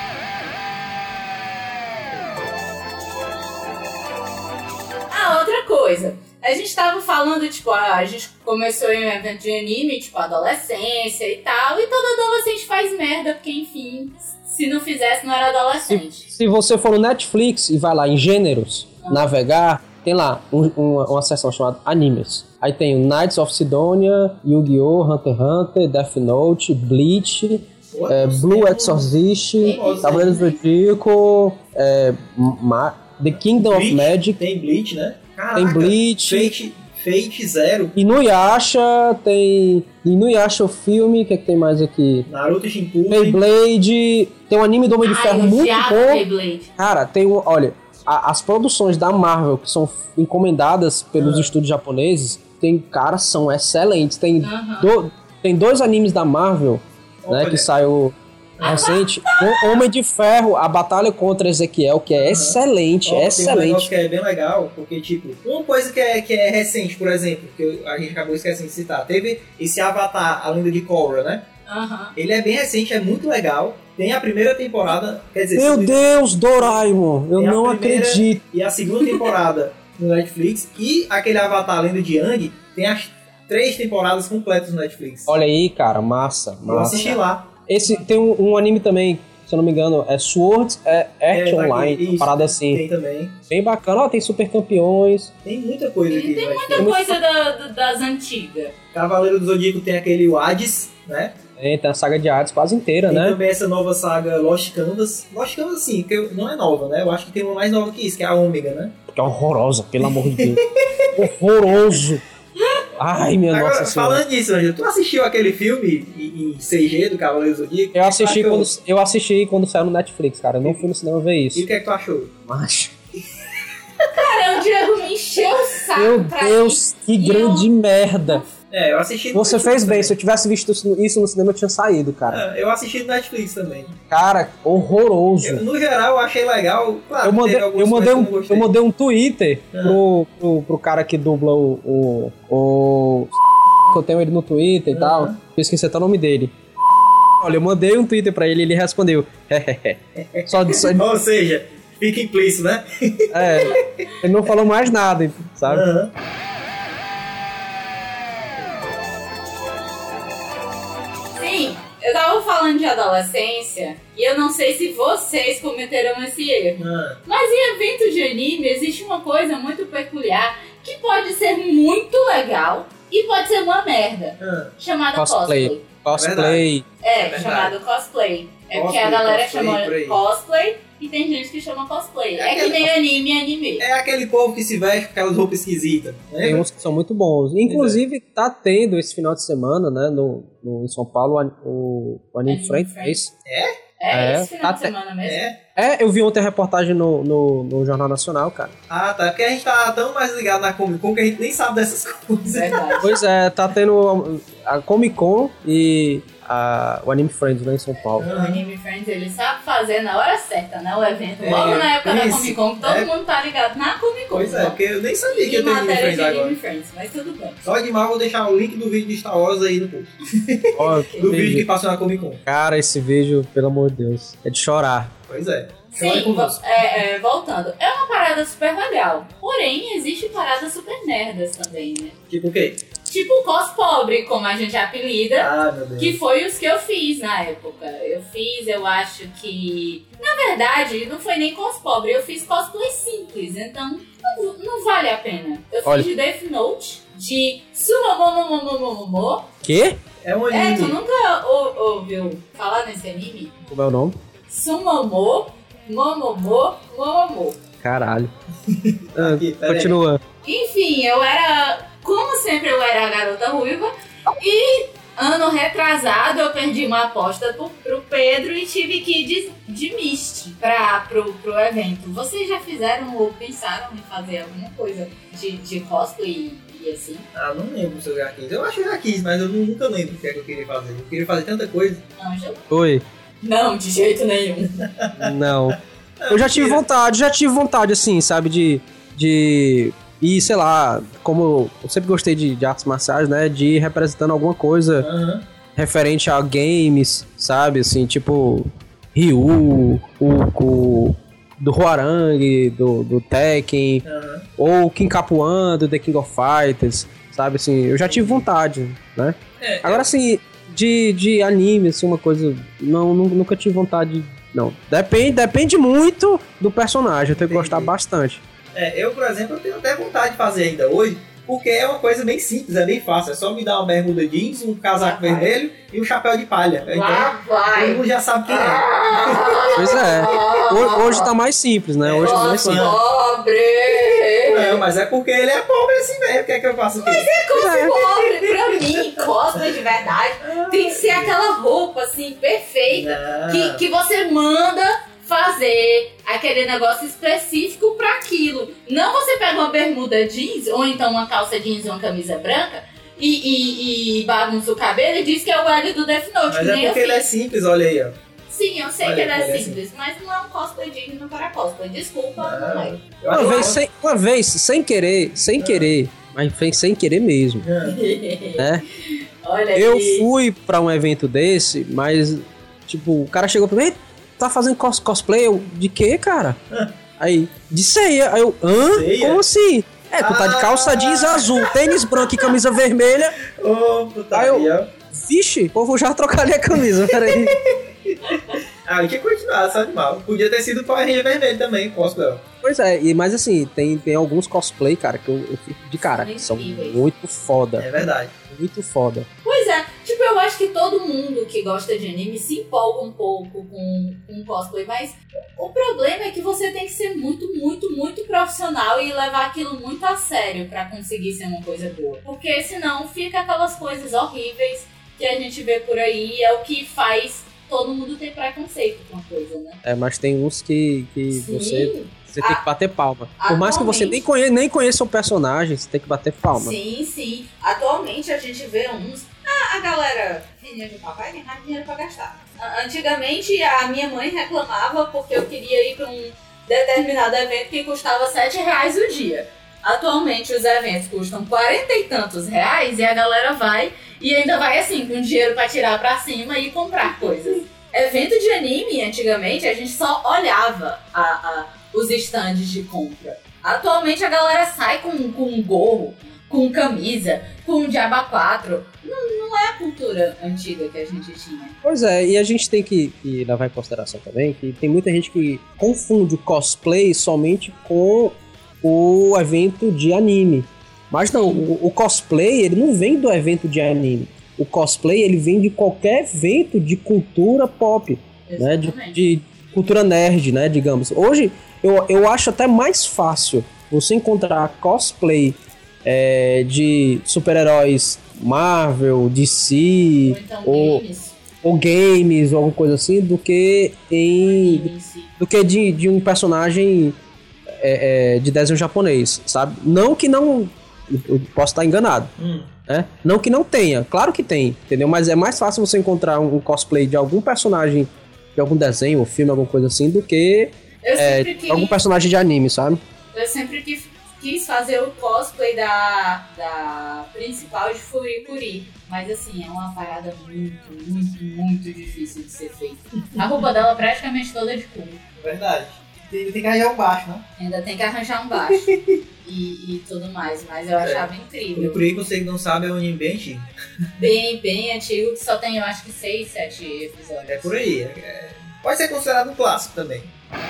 Ah, outra coisa. A gente tava falando, tipo, ah, a gente começou em um evento de anime, tipo, adolescência e tal, e todo adolescente faz merda, porque, enfim, se não fizesse, não era adolescente. Se você for no Netflix e vai lá em gêneros, navegar, tem lá um- uma, uma seção chamada Animes. Aí tem o Knights of Sidonia, Yu-Gi-Oh!, Hunter x Hunter, Death Note, Bleach, Pô, é, tem Blue um- Exorcist, Nossa, Cavaleiros do Zodíaco, é, Ma- The Kingdom of Bleach, Magic, Tem Bleach, né? Caraca, tem Bleach. Fate, Fate Zero, Inuyasha, tem Inuyasha o filme, o que, é que tem mais aqui? Naruto Shippuden. Beyblade, tem um anime do Homem de Ai, Ferro eu muito odiava bom. Beyblade. Cara, tem um. Olha, a- as produções da Marvel que são encomendadas pelos Ah. estúdios japoneses, tem, cara, são excelentes. Tem, Aham. do- tem dois animes da Marvel, né, Olha. que saiu recente. O Homem de Ferro, a batalha contra Ezequiel, que é excelente, Ó, é Tem um negócio excelente. que é bem legal, porque, tipo, uma coisa que é, que é recente, por exemplo, que eu- a gente acabou esquecendo de citar, teve esse Avatar, a lenda de Korra, né? Aham. Ele é bem recente, é muito legal. Tem a primeira temporada, quer dizer, Meu se- Deus, Doraemon, eu tem a não primeira acredito. E a segunda temporada no Netflix. E aquele Avatar, a lenda de Aang, tem as três temporadas completas no Netflix. Olha aí, cara, massa, eu massa. assisti lá. Esse tem um, um anime também, se eu não me engano, é Sword é, Art É, tá Online, aqui, uma isso, parada assim. Tem também. Bem bacana, ó, tem super campeões. Tem muita coisa aqui. E tem no muita Netflix. coisa da- da- das antigas. Cavaleiro do Zodíaco tem aquele Hades, né? É, tem a saga de Hades quase inteira, Tem né? também essa nova saga Lost Canvas. Lost Canvas, assim, que eu- não é nova, né? Eu acho que tem uma mais nova que isso, que é a Ômega, né? Que é horrorosa, pelo amor de Deus. Horroroso. Ai, minha Agora, nossa senhora. falando nisso, Angelo, tu assistiu aquele filme em, em C G do Cavaleiro do Zodíaco? Eu assisti, O que tu quando, achou? eu assisti quando saiu no Netflix, cara. Eu não fui no cinema ver E o isso. que é que tu achou? Macho. Cara, o Diego me encheu o saco Meu pra Deus, que ir. E grande merda. É, eu assisti no Você Netflix fez bem. também. Se eu tivesse visto isso no cinema, eu tinha saído, cara. É, eu assisti no Netflix também. Cara, horroroso. Eu, no geral, eu achei legal. Claro, Eu que mandei, teve algumas eu, mandei coisas um, que eu não gostei. eu mandei um Twitter Ah. pro, pro, pro cara que dubla o, o, o. que eu tenho ele no Twitter e Ah. tal. Eu esqueci até o nome dele. Olha, eu mandei um Twitter pra ele e ele respondeu. só, só, Ou seja, fica implícito, né? é, ele não falou mais nada, sabe? Aham. adolescência, e eu não sei se vocês cometeram esse erro, Ah. mas em evento de anime existe uma coisa muito peculiar que pode ser muito legal e pode ser uma merda, Ah. chamada Cosplay. cosplay. Cosplay. É, É verdade. chamado cosplay. É porque a Cosplay, galera cosplay, chama por aí. cosplay e tem gente que chama cosplay. É É, que aquele- nem anime e anime. É aquele povo que se veste com aquelas roupas esquisitas. Tem Lembra? uns que são muito bons. Inclusive, tá tendo esse final de semana, né, no, no, em São Paulo, o, an- o, o Anime Anime Friends. Friends. É? É, É, esse final de até- semana mesmo. É. É, eu vi ontem a reportagem no, no, no Jornal Nacional, cara. Ah, tá. Porque a gente tá tão mais ligado na Comic Con que a gente nem sabe dessas coisas. Verdade. Pois é, tá tendo a, a Comic Con e a, o Anime Friends lá em São Paulo. O Anime Friends, ele sabe fazer na hora certa, né? O evento. Logo É, na época da isso. Comic Con, que todo É. mundo tá ligado na Comic Con. Pois é, porque eu nem sabia que E eu tenho Anime matéria Friends de agora. Anime Friends, mas tudo bem. Só de mal vou deixar o link do vídeo de Star Wars aí no post. Ó, que Do vídeo que vídeo. passou na Comic Con. Cara, esse vídeo, pelo amor de Deus, é de chorar. Pois é. Chore Sim, conosco. vo- é, é, voltando. É uma parada super legal. Porém, existe paradas super nerdas também, né? Tipo o quê? Tipo o cos pobre, como a gente apelida. Ah, meu Deus. Que foi os que eu fiz na época. Eu fiz, eu acho que... Na verdade, não foi nem cos pobre. Eu fiz cosplay simples. Então, não, não vale a pena. Eu Olha. fiz de Death Note, de Sumomomomomomomo. Quê? É um É, tu anime. nunca ou- ouviu falar nesse anime? Como é o nome? Sumomo, Momomo, Momomo. Caralho. Ah, Aqui, pera aí. continua. Enfim, eu era... Como sempre, eu era a garota ruiva. E ano retrasado, eu perdi uma aposta pro, pro Pedro e tive que ir de, de Mist pra, pro, pro evento. Vocês já fizeram ou pensaram em fazer alguma coisa de, de cosplay e assim? Ah, não lembro se eu já quis. Eu acho que eu já quis, mas eu nunca lembro o que é que eu queria fazer. Eu queria fazer tanta coisa. Ângela? Oi. Não, de jeito nenhum. Não. Eu já tive vontade, já tive vontade, assim, sabe, de... de e, sei lá, como eu sempre gostei de, de artes marciais, né, de ir representando alguma coisa Aham. referente a games, sabe, assim, tipo Ryu, o, o do Hwoarang, do, do Tekken, Aham. ou King Capuan, do The King of Fighters, sabe, assim, eu já tive vontade, né. É, Agora, assim, de, de anime, assim, uma coisa, não, nu- nunca tive vontade, não. Depende, depende muito do personagem, eu tenho que Entendi. gostar bastante. É, eu, por exemplo, eu tenho até vontade de fazer ainda hoje, porque é uma coisa bem simples, é bem fácil. É só me dar uma bermuda jeans, um casaco Vai. vermelho e um chapéu de palha. Então, Lá todo vai. mundo já sabe quem é. Pois é, hoje, hoje tá mais simples, né, hoje tá mais Cos simples. pobre. Não, mas é porque ele é pobre assim mesmo. O que é que eu faço aqui? Cos pobre, pra mim, cosplay de verdade tem que ser aquela roupa assim, perfeita. Não. Que, que você manda fazer aquele negócio específico pra aquilo. Não você pega uma bermuda jeans, ou então uma calça jeans e uma camisa branca, e, e, e bagunça o cabelo e diz que é o L do Death Note, Mas que é nem eu porque ele é fiz. simples, olha aí, ó. Sim, eu sei Olha, que ele é parece- simples, mas não é um cosplay digno para cosplay. Desculpa, Ah. não é. Eu Uma acho vez, que- sem, uma vez, sem querer, sem querer, mas foi sem querer mesmo, né? Olha Eu aqui. fui pra um evento desse, mas, tipo, o cara chegou pra mim, "Ei, tá fazendo cos cosplay? Eu, de quê, cara? Aí, de ceia. Aí eu, hã? Ceia? Como assim? É, tu tá de calça Ah. jeans azul, tênis branco e camisa vermelha. Ô, puta Aí eu- aí, ó. Vixe, pô, vou já trocar ali a camisa, peraí. Ah, eu tinha continuado, sabe mal. Podia ter sido Power Ranger vermelho também, cosplay. Pois é, e, mas assim, tem, tem alguns cosplay, cara, que eu, eu fico de cara, que são incríveis. muito foda. É verdade. Muito foda. Pois é, tipo, eu acho que todo mundo que gosta de anime se empolga um pouco com, com cosplay, mas o problema é que você tem que ser muito, muito, muito profissional e levar aquilo muito a sério pra conseguir ser uma coisa boa. Porque senão fica aquelas coisas horríveis que a gente vê por aí, é o que faz todo mundo ter preconceito com a coisa, né? É, mas tem uns que, que você, você tem que bater palma. Por mais que você nem, conhe, nem conheça o personagem, você tem que bater palma. Sim, sim. Atualmente a gente vê uns... Ah, a galera... Dinheiro do papai tem mais dinheiro pra gastar. A- Antigamente a minha mãe reclamava porque eu queria ir pra um determinado evento que custava sete reais o dia. Atualmente os eventos custam quarenta e tantos reais e a galera vai e ainda vai assim, com dinheiro pra tirar pra cima e comprar coisas. Evento de anime, antigamente, a gente só olhava a, a, os estandes de compra. Atualmente a galera sai com, com um gorro, com camisa, com um Diaba quatro. Não, não é a cultura antiga que a gente tinha. Pois é, e a gente tem que, que levar em consideração também que tem muita gente que confunde o cosplay somente com o evento de anime. Mas não, o, o cosplay, ele não vem do evento de anime. O cosplay, ele vem de qualquer evento de cultura pop, né? De, de cultura nerd, né, digamos. Hoje, eu, eu acho até mais fácil você encontrar cosplay é, de super-heróis Marvel, D C, Ou então ou, games. ou games, ou alguma coisa assim, do que em Anime em si. do que de, de um personagem é, é, de desenho japonês, sabe? Não que não... Eu posso estar enganado. Hum. Né? Não que não tenha, claro que tem, entendeu? Mas é mais fácil você encontrar um cosplay de algum personagem de algum desenho, ou filme, alguma coisa assim, do que Eu é, sempre quis, algum personagem de anime, sabe? eu sempre quis, quis fazer o cosplay da, da principal de Furikuri. Mas assim, é uma parada muito, muito, muito difícil de ser feita. A roupa dela é praticamente toda de couro. Verdade. Tem, tem que arranjar um baixo, né? Ainda tem que arranjar um baixo e, e tudo mais, mas eu achava incrível. Por aí, você que não sabe, é um anime bem antigo. Bem, bem antigo, que só tem, eu acho que seis, sete episódios. É por aí. É, é- pode ser considerado um clássico também.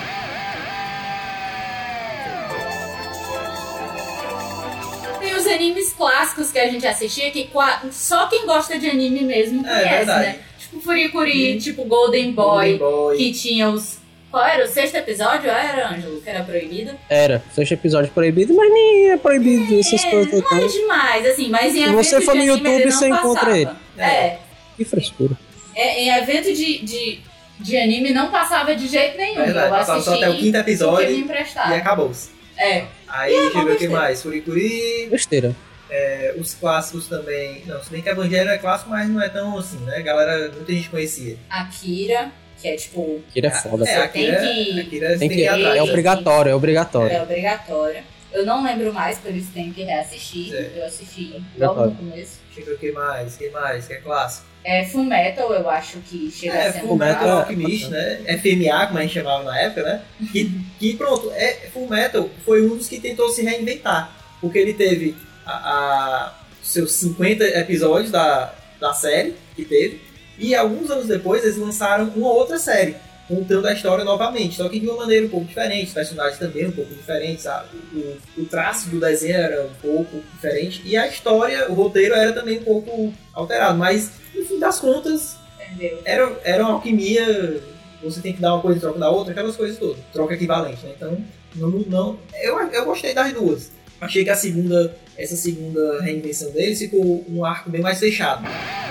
Tem os animes clássicos que a gente assistia, que qua- só quem gosta de anime mesmo É, conhece, verdade. né? Tipo Furikuri, tipo Golden Boy, Golden Boy. que tinha os... Qual era? O sexto episódio? Era, Ângelo? Que era proibido? Era, sexto episódio proibido, mas nem é proibido essas É, coisas. não é Não. demais, assim, mas em Se evento você for de no anime, YouTube, ele não você encontra passava. ele. É, Que frescura. é, em evento de, de, de anime não passava de jeito nenhum. Verdade, eu passava assisti só até o quinto episódio porque me E emprestava. acabou-se. É, Aí, E é deixa eu uma ver o que besteira. mais. Furikuri, Besteira. é, os clássicos também. Não, se bem que Evangelho é clássico, mas não é tão assim, né? Galera, muita gente conhecia. Akira, que é tipo... Akira é foda. É, tem Akira, que- Akira Tem tem que, que ir atrás. é né? obrigatório, é obrigatório. É obrigatória. Eu não lembro mais, por isso tenho que reassistir. É. Eu assisti logo no começo. Deixa eu ver o que mais, o que mais, que é clássico. É, Full Metal, eu acho que chega É, a ser um Fullmetal Fullmetal é- Alchemist, né? F M A, como a gente chamava na época, né? Que, que pronto, é, Fullmetal foi um dos que tentou se reinventar. Porque ele teve a, a- seus cinquenta episódios da, da série que teve. E alguns anos depois eles lançaram uma outra série, contando a história novamente. Só que de uma maneira um pouco diferente, os personagens também um pouco diferentes, sabe? O, o traço do desenho era um pouco diferente. E a história, o roteiro era também um pouco alterado. Mas, no fim das contas, Entendeu? era, era uma alquimia, você tem que dar uma coisa em troca da outra, aquelas coisas todas, troca equivalente, né? Então, não, não, eu, eu gostei das duas. Achei que a segunda, essa segunda reinvenção deles ficou um arco bem mais fechado.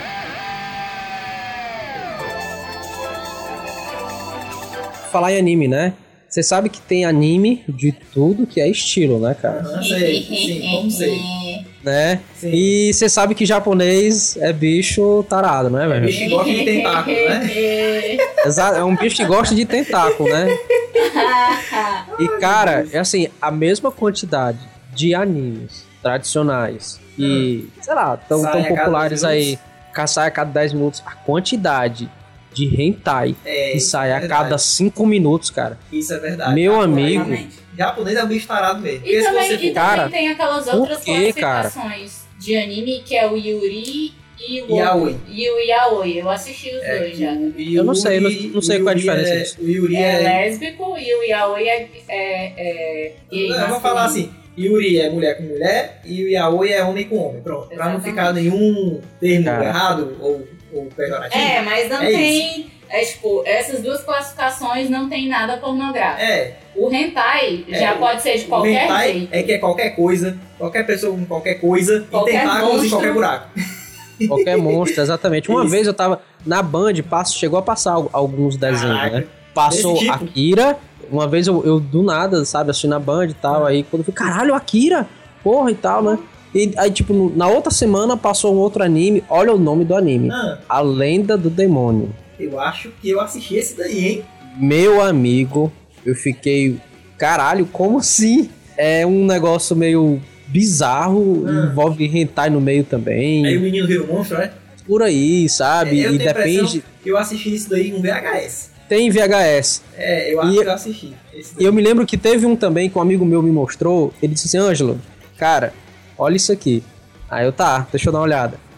Falar em anime, né? Você sabe que tem anime de tudo que é estilo, né, cara? Aham, sei, sim, como sei. Né? Sim. E você sabe que japonês é bicho tarado, né, velho? Bicho que gosta de tentáculo, né? Exato, é um bicho que gosta de tentáculo, né? E, cara, é assim, a mesma quantidade de animes tradicionais e, sei lá, tão, Sai tão a cada populares dez aí, minutos. caçar a cada dez minutos, a quantidade de hentai É, que isso sai é a verdade. cada cinco minutos, cara. Isso é verdade. Meu Japonês- amigo. Exatamente. Japonês é um bicho tarado mesmo. Porque E se também, você e for- Cara, também tem aquelas por outras quê, cara? classificações de anime, que é o Yuri e o Yaoi. E o Yaoi. Eu assisti os É, dois já. o Eu não sei, Yuri- não- não sei o qual é a Yuri diferença é- disso. O Yuri É é... lésbico e o Yaoi é, é, é gay Não, vamos masculino. falar assim, Yuri é mulher com mulher e o Yaoi é homem com homem, pronto. Pra não Exatamente. ficar nenhum termo Cara. errado ou, ou pejorativo. É, mas não É tem... É, tipo, essas duas classificações não tem nada pornográfico. É, O hentai É, já o- pode ser de o qualquer hentai jeito. é que é qualquer coisa, qualquer pessoa com qualquer coisa, Qualquer e tentáculos em monstro. qualquer buraco. Qualquer monstro, exatamente. Uma Isso. vez eu tava na Band, passo, chegou a passar al- alguns desenhos, Caraca. né? Passou Desse tipo? Akira. Uma vez eu, eu, do nada, sabe, assisti na Band e tal. Aí quando eu fui, caralho, Akira! Porra e tal, né? E aí, tipo, no- na outra semana passou um outro anime. Olha o nome do anime: Ah, A Lenda do Demônio. eu acho que eu assisti esse daí, hein? Meu amigo, eu fiquei. Caralho, como assim? É um negócio meio bizarro, Ah. envolve hentai no meio também. Aí o menino vira um monstro, né? Por aí, sabe? eu e tenho a impressão depende. que eu assisti isso daí em V H S. Tem V H S. É, eu acho E- que eu assisti. Esse E daí. eu me lembro que teve um também que um amigo meu me mostrou. Ele disse assim: Ângelo, cara, olha isso aqui. Aí eu, tá, deixa eu dar uma olhada.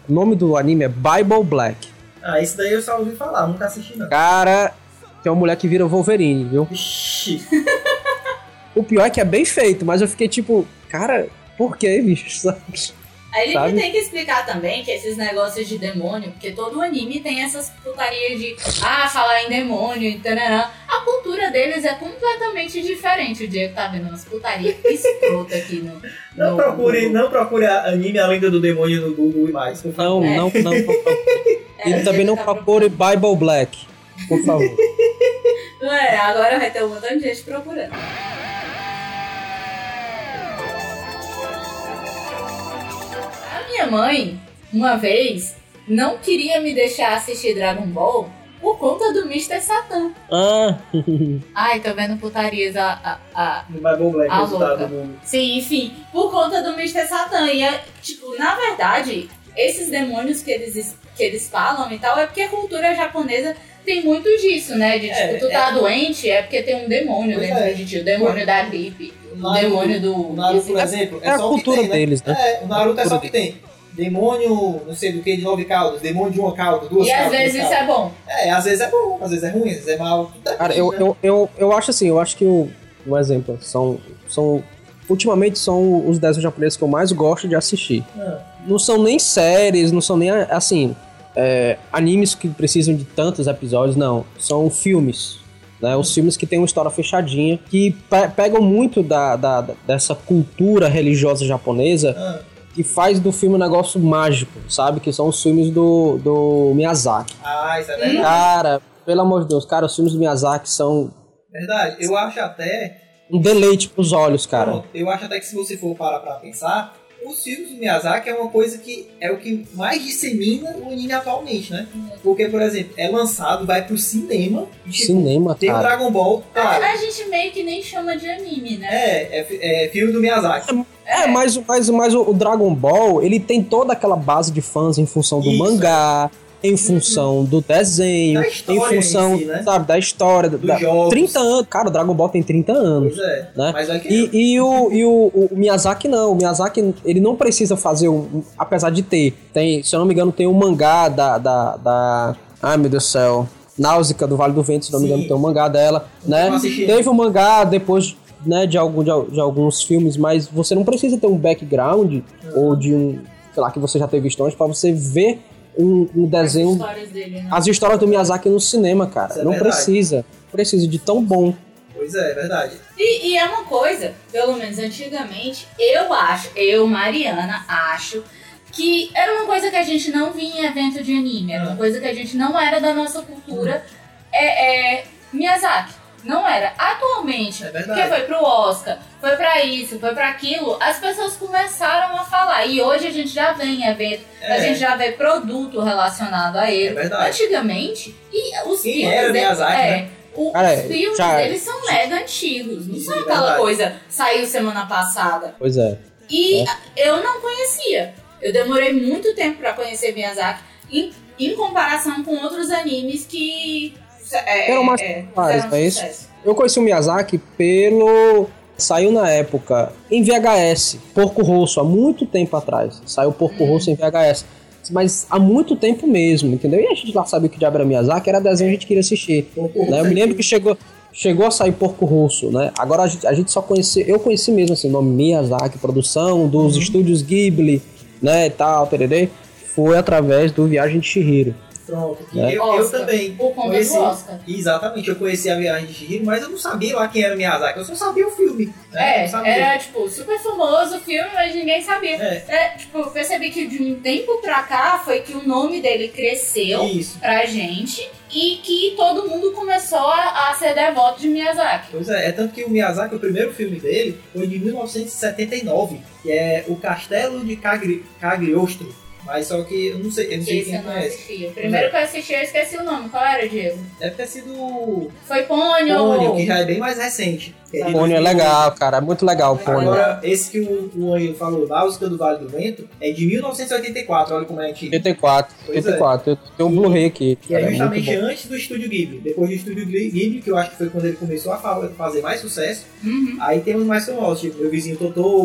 O nome do anime é Bible Black. Ah, isso daí eu só ouvi falar, nunca assisti não. Cara, tem uma mulher que vira Wolverine, viu? Ixi. O pior é que é bem feito, mas eu fiquei tipo, cara, por que, bicho? Aí ele Sabe? tem que explicar também que esses negócios de demônio, porque todo anime tem essas putarias de ah, falar em demônio e tarará. A cultura deles é completamente diferente. O Diego tá vendo umas putarias escrota aqui no. Não no procure, Google. não procure anime A Lenda do Demônio no Google e mais, por favor. Não, É. não, não, não. É, E também não tá procure Bible Black, por favor. Não é, agora vai ter um montão de gente procurando. A minha mãe, uma vez, não queria me deixar assistir Dragon Ball por conta do mister Satan. Ah, Ai, tô vendo putarias a... a, a... No Bible Black, Ah, resultado louca. do mundo. Sim, enfim, por conta do mister Satan. E, é, tipo, na verdade, esses demônios que eles, que eles falam e tal, é porque a cultura japonesa tem muito disso, né? De, tipo, É, tu tá é. doente, é porque tem um demônio Pois dentro é. de ti. O demônio da gripe, O o Naruto- demônio do... O Naruto, por esse- exemplo, é, é a só o que cultura tem, né? deles, né? É, o Naruto é só o que Cultura tem. Demônio, não sei do que, de nove caudas. Demônio de uma cauda, duas E às caudas. vezes três isso é caudas. bom. É, às vezes é bom, às vezes é ruim, às vezes é mal. tudo depende, cara, eu, né? eu, eu, eu acho assim, eu acho que o, um exemplo, são, são. Ultimamente são os desenhos japoneses que eu mais gosto de assistir. Ah, Não são nem séries, não são nem assim. é, animes que precisam de tantos episódios, não. São filmes. Né, os filmes que têm uma história fechadinha, que pe- pegam muito da, da- da- dessa cultura religiosa japonesa ah, e faz do filme um negócio mágico, sabe? Que são os filmes do, do Miyazaki. ah, isso é verdade. Cara, pelo amor de Deus, cara, os filmes do Miyazaki são Verdade. Eu acho até. um deleite pros olhos, cara. Pronto, eu acho até que se você for parar pra pensar, os filmes do Miyazaki é uma coisa que é o que mais dissemina o anime atualmente, né? Porque, por exemplo, é lançado, vai pro cinema. E, tipo, Cinema, tem o cara. Dragon Ball, claro. A gente meio que nem chama de anime, né? É, é, fi- é filme do Miyazaki. É, mas, mas, mas o, o Dragon Ball, ele tem toda aquela base de fãs em função do Isso. mangá, em função do desenho, Da em história função, em si, né? sabe, da história. Dos Da, jogos. trinta anos. Cara, o Dragon Ball tem trinta anos. Pois é. Né? Mas vai que E, e, o, e o, o Miyazaki não, o Miyazaki ele não precisa fazer, um, um- apesar de ter, tem, se eu não me engano, tem um mangá da, da, da ai meu Deus do céu, Náusea do Vale do Vento, se não me Sim. engano, tem um mangá dela, né? não assisti. Teve um mangá depois, né, de, algum, de, al- de alguns filmes, mas você não precisa ter um background ou de um, sei lá, que você já teve visto antes pra você ver um, um As desenho, histórias dele, né? as histórias do Miyazaki no cinema, cara. Isso é não verdade. precisa, precisa de tão bom. Pois é, é verdade. E, e é uma coisa, pelo menos antigamente, eu acho, eu, Mariana, acho que era uma coisa que a gente não via em evento de anime, era uma coisa que a gente não era da nossa cultura, é, é Miyazaki. Não era. Atualmente, É verdade. que foi pro Oscar, foi pra isso, foi pra aquilo, as pessoas começaram a falar. E hoje a gente já vê em evento, a É. gente já vê produto relacionado a ele. É verdade. Antigamente, e os Quem filmes era dele- Miyazaki, é, né? o- Cara, os filmes já- deles são mega antigos. Não Isso são é aquela verdade. coisa, saiu semana passada. Pois é. E eu não conhecia. Eu demorei muito tempo pra conhecer Miyazaki em, em comparação com outros animes que é, Eram mais é, populares, fizeram não é isso? sucesso. Eu conheci o Miyazaki pelo... Saiu na época em V H S, Porco Rosso, há muito tempo atrás. Saiu Porco Rosso em V H S. Mas há muito tempo mesmo, entendeu? E a gente lá sabia que o diabo era Miyazaki, era desenho que a gente queria assistir. Porco Né? Eu me lembro que chegou, chegou a sair Porco Rosso, né? Agora a gente, a gente só conhecia... Eu conheci mesmo assim, o nome Miyazaki, produção dos estúdios Ghibli, né, e tal, tererê. Foi através do Viagem de Chihiro. Pronto. E É. eu, eu Oscar, também por conta conheci. do Oscar. Exatamente, eu conheci a Viagem de Chihiro, mas eu não sabia lá quem era Miyazaki. Eu só sabia o filme. Né? Eu É, não sabia. era tipo super famoso o filme, mas ninguém sabia. É. É, tipo, eu percebi que de um tempo pra cá foi que o nome dele cresceu Isso. pra gente e que todo mundo começou a, a ser devoto de Miyazaki. Pois é, é tanto que o Miyazaki, o primeiro filme dele, foi de mil novecentos e setenta e nove, que é O Castelo de Cagri, Cagliostro. Mas só que eu não sei, eu não sei Esse quem eu não conhece. assisti. O primeiro que eu assisti, eu esqueci o nome. Qual era, Diego? Deve ter sido o Foi Pônio. Pônio, que já é bem mais recente. Que é de Pônio é dois mil e oito. legal, cara. É muito legal o Pônio. Agora, esse que o, o Anjo falou, Náusea do Vale do Vento, é de mil novecentos e oitenta e quatro, olha como é antigo. oitenta e quatro, Pois oitenta e quatro. Eu tenho um Blu-ray aqui. Que é cara, muito justamente bom. antes do Estúdio Ghibli. Depois do Estúdio Ghibli, que eu acho que foi quando ele começou a fa- fazer mais sucesso, Uhum. aí temos mais famosos, tipo Meu Vizinho Totoro,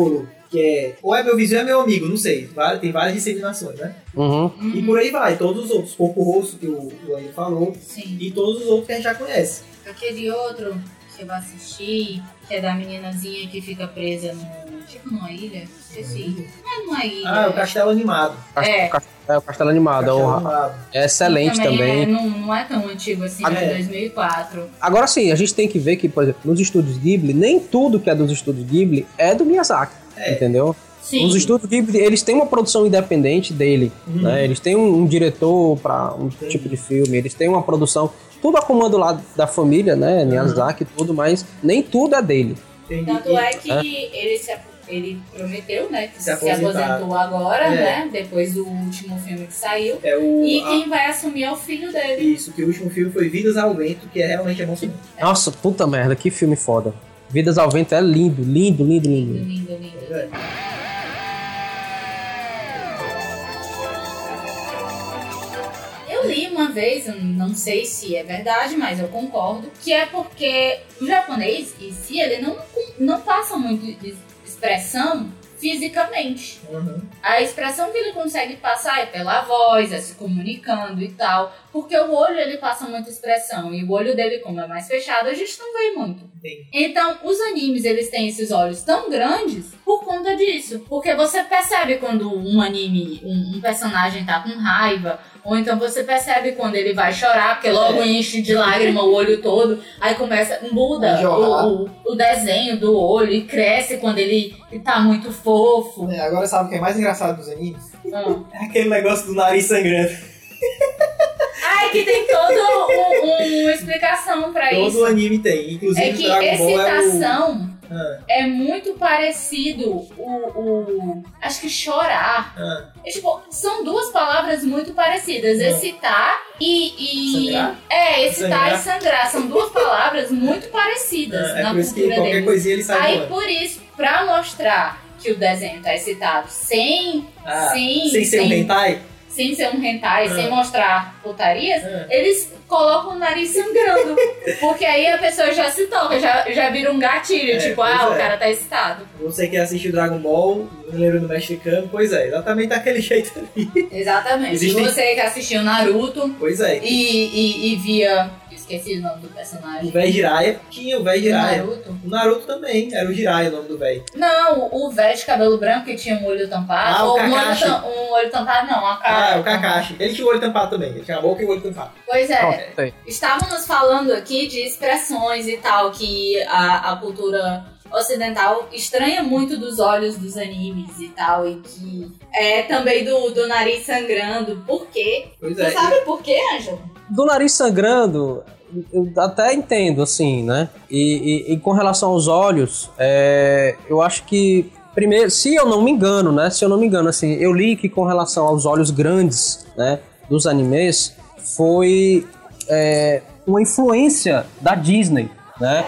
que é ou é meu vizinho ou é meu amigo, não sei. Tem várias disseminações, né? Uhum. E por aí vai, todos os outros. Corpo Rosso, que o Wayne falou. Sim. E todos os outros que a gente já conhece. Aquele outro que eu assisti, que é da meninazinha que fica presa no... Tipo numa ilha? Esqueci. Não é numa ilha. Ah, é o Castelo Animado. É. O Castelo, é o Castelo Animado. Castelo é, o- Animado. é excelente também. também. É, não, não é tão antigo assim, é de É. dois mil e quatro. Agora sim, a gente tem que ver que, por exemplo, nos estúdios Ghibli, nem tudo que é dos estúdios Ghibli é do Miyazaki. É. Entendeu? Sim. Os estúdios Ghibli, eles têm uma produção independente dele, Uhum. né? Eles têm um, um diretor para um Entendi. tipo de filme, eles têm uma produção, tudo a comando lá da família, né? Miyazaki e tudo, mas nem tudo é dele. Entendi. Tanto é que ele se ap- ele prometeu, né, que Se se, aposentar. aposentou agora, É. né, depois do último filme que saiu. É o... E a- quem vai assumir é o filho dele. Isso, que o último filme foi Vidas ao Vento, que é realmente emocionante. Nossa, puta merda, que filme foda. Vidas ao Vento é lindo, lindo, lindo, lindo. Lindo, lindo, lindo. É. Eu li uma vez, eu não sei se é verdade, mas eu concordo, que é porque o japonês em si, ele não, não passa muito de expressão fisicamente. Uhum. A expressão que ele consegue passar é pela voz, é se comunicando e tal, porque o olho ele passa muita expressão e o olho dele, como é mais fechado, a gente não vê muito. Entendi. Então, os animes, eles têm esses olhos tão grandes por conta disso. Porque você percebe quando um anime, um, um personagem tá com raiva, ou então você percebe quando ele vai chorar, porque logo enche de lágrima o olho todo, aí começa, muda Vai jorrar. o, o, o desenho do olho e cresce quando ele tá muito fofo. É, agora sabe o que é mais engraçado dos animes? Ah. É aquele negócio do nariz sangrando. Ai, que tem toda um, um, uma explicação pra Todo isso. anime tem. Inclusive É o que Dragon Ball é o... excitação Ah, é muito parecido o, o acho que chorar. ah. É, tipo, são duas palavras muito parecidas. Ah. Excitar e, e Sangrar? é, excitar Sangrar. e sangrar. São duas palavras muito parecidas Ah, é na por isso que cultura qualquer deles. coisinha ele sai Aí voando. por isso, pra mostrar que o desenho tá excitado sem, Ah, sem, sem ser um hentai? sem ser um hentai, Ah. sem mostrar putarias, Ah. eles colocam o nariz sangrando. Porque aí a pessoa já se toca, já, já vira um gatilho. É, tipo, ah, pois o é. cara tá excitado. Você que assiste o Dragon Ball, não lembra do mexicano? Pois é, exatamente daquele jeito ali. Exatamente. Existem- Você que assistiu Naruto Pois é. e, e, e via... Esqueci o nome do O personagem. véi Jiraiya tinha o véi Do Jiraiya. Naruto? O Naruto também, era o Jiraiya o nome do véi. Não, o velho de cabelo branco que tinha um olho tampado. Ah, o ou um olho, Kakashi. tam- um olho tampado, não, a cara. Ah, é o Kakashi. Ele tinha o olho tampado também, ele tinha a boca e o olho tampado. Pois é. Pronto, tem. Estávamos falando aqui de expressões e tal, que a, a cultura ocidental estranha muito dos olhos dos animes e tal, e que é também do, do nariz sangrando. Por quê? Pois Você é. sabe por quê, Ângelo? Do nariz sangrando, eu até entendo, assim, né? E, e- e com relação aos olhos, é, eu acho que, primeiro, se eu não me engano, né? Se eu não me engano, assim, eu li que com relação aos olhos grandes, né? Dos animes, foi é, uma influência da Disney, né?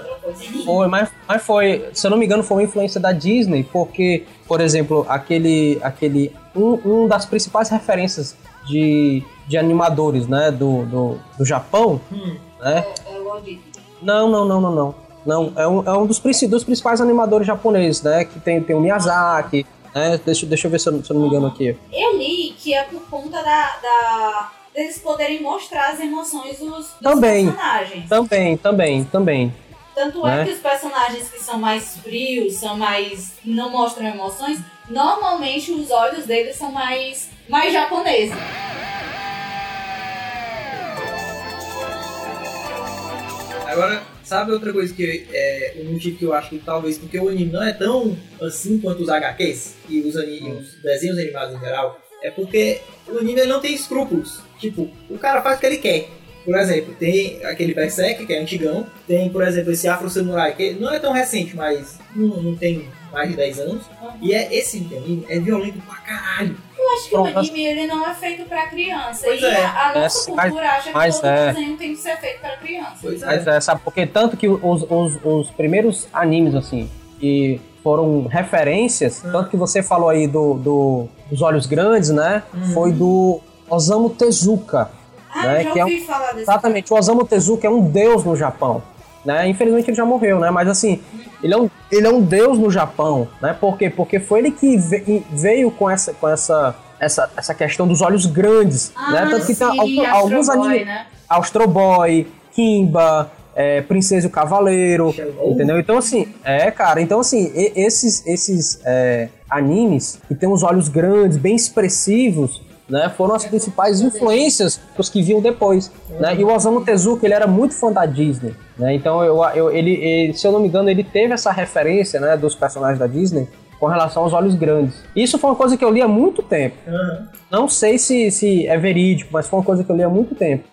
Foi, mas, mas foi, se eu não me engano, foi uma influência da Disney, porque, por exemplo, aquele, aquele um, um das principais referências de, de animadores, né, do, do, do Japão, Hum. né? É o Walt Disney. Não, não, não, não, não. Não, é um, é um dos, princi- dos principais animadores japoneses, né? Que tem, tem o Miyazaki, né? Deixa, deixa eu ver se eu, se eu não me engano aqui. Eu li que é por conta da, da deles poderem mostrar as emoções dos, dos Também. personagens. Também, também, também. Tanto é né? que os personagens que são mais frios, são mais. Não mostram emoções, normalmente os olhos deles são mais, mais japoneses. Agora, sabe outra coisa que é um motivo que eu acho que talvez porque o anime não é tão assim quanto os H Qs e os, ani- os desenhos animados em geral, é porque o anime ele não tem escrúpulos. Tipo, o cara faz o que ele quer. Por exemplo, tem aquele Berserk, que é antigão, tem, por exemplo, esse Afro Samurai, que não é tão recente, mas não, não tem mais de dez anos, e é esse anime é violento pra caralho. Eu acho que Pronto, o anime ele não é feito pra criança. Pois e é. a, a nossa É, mas- cultura acha que mas todo é. desenho tem que ser feito pra criança. Pois é. Mas é, sabe, porque tanto que os, os, os primeiros animes, assim, que foram referências, Hum. tanto que você falou aí do, do, dos Olhos Grandes, né? Hum. Foi do Osamu Tezuka. Ah, né, eu já que é um- ouvi falar desse. Exatamente, o Osamu Tezuka é um deus no Japão, né? Infelizmente ele já morreu, né? Mas assim, ele é um, ele é um deus no Japão, né? Por quê? Porque foi ele que veio com essa, com essa, essa, essa questão dos olhos grandes, ah, né? Tanto que sim, tem alguns, alguns animes, né? Astro Boy, Kimba, é, Princesa e o Cavaleiro, entendeu? Então assim, é, cara, então assim, esses, esses é, animes que tem os olhos grandes, bem expressivos, né, foram as principais influências os que vinham depois, né? E o Osamu Tezuka, ele era muito fã da Disney, né? Então eu, eu, ele, ele, se eu não me engano, ele teve essa referência, né, dos personagens da Disney com relação aos olhos grandes. Isso foi uma coisa que eu li há muito tempo. Uhum. Não sei se, se é verídico, mas foi uma coisa que eu li há muito tempo.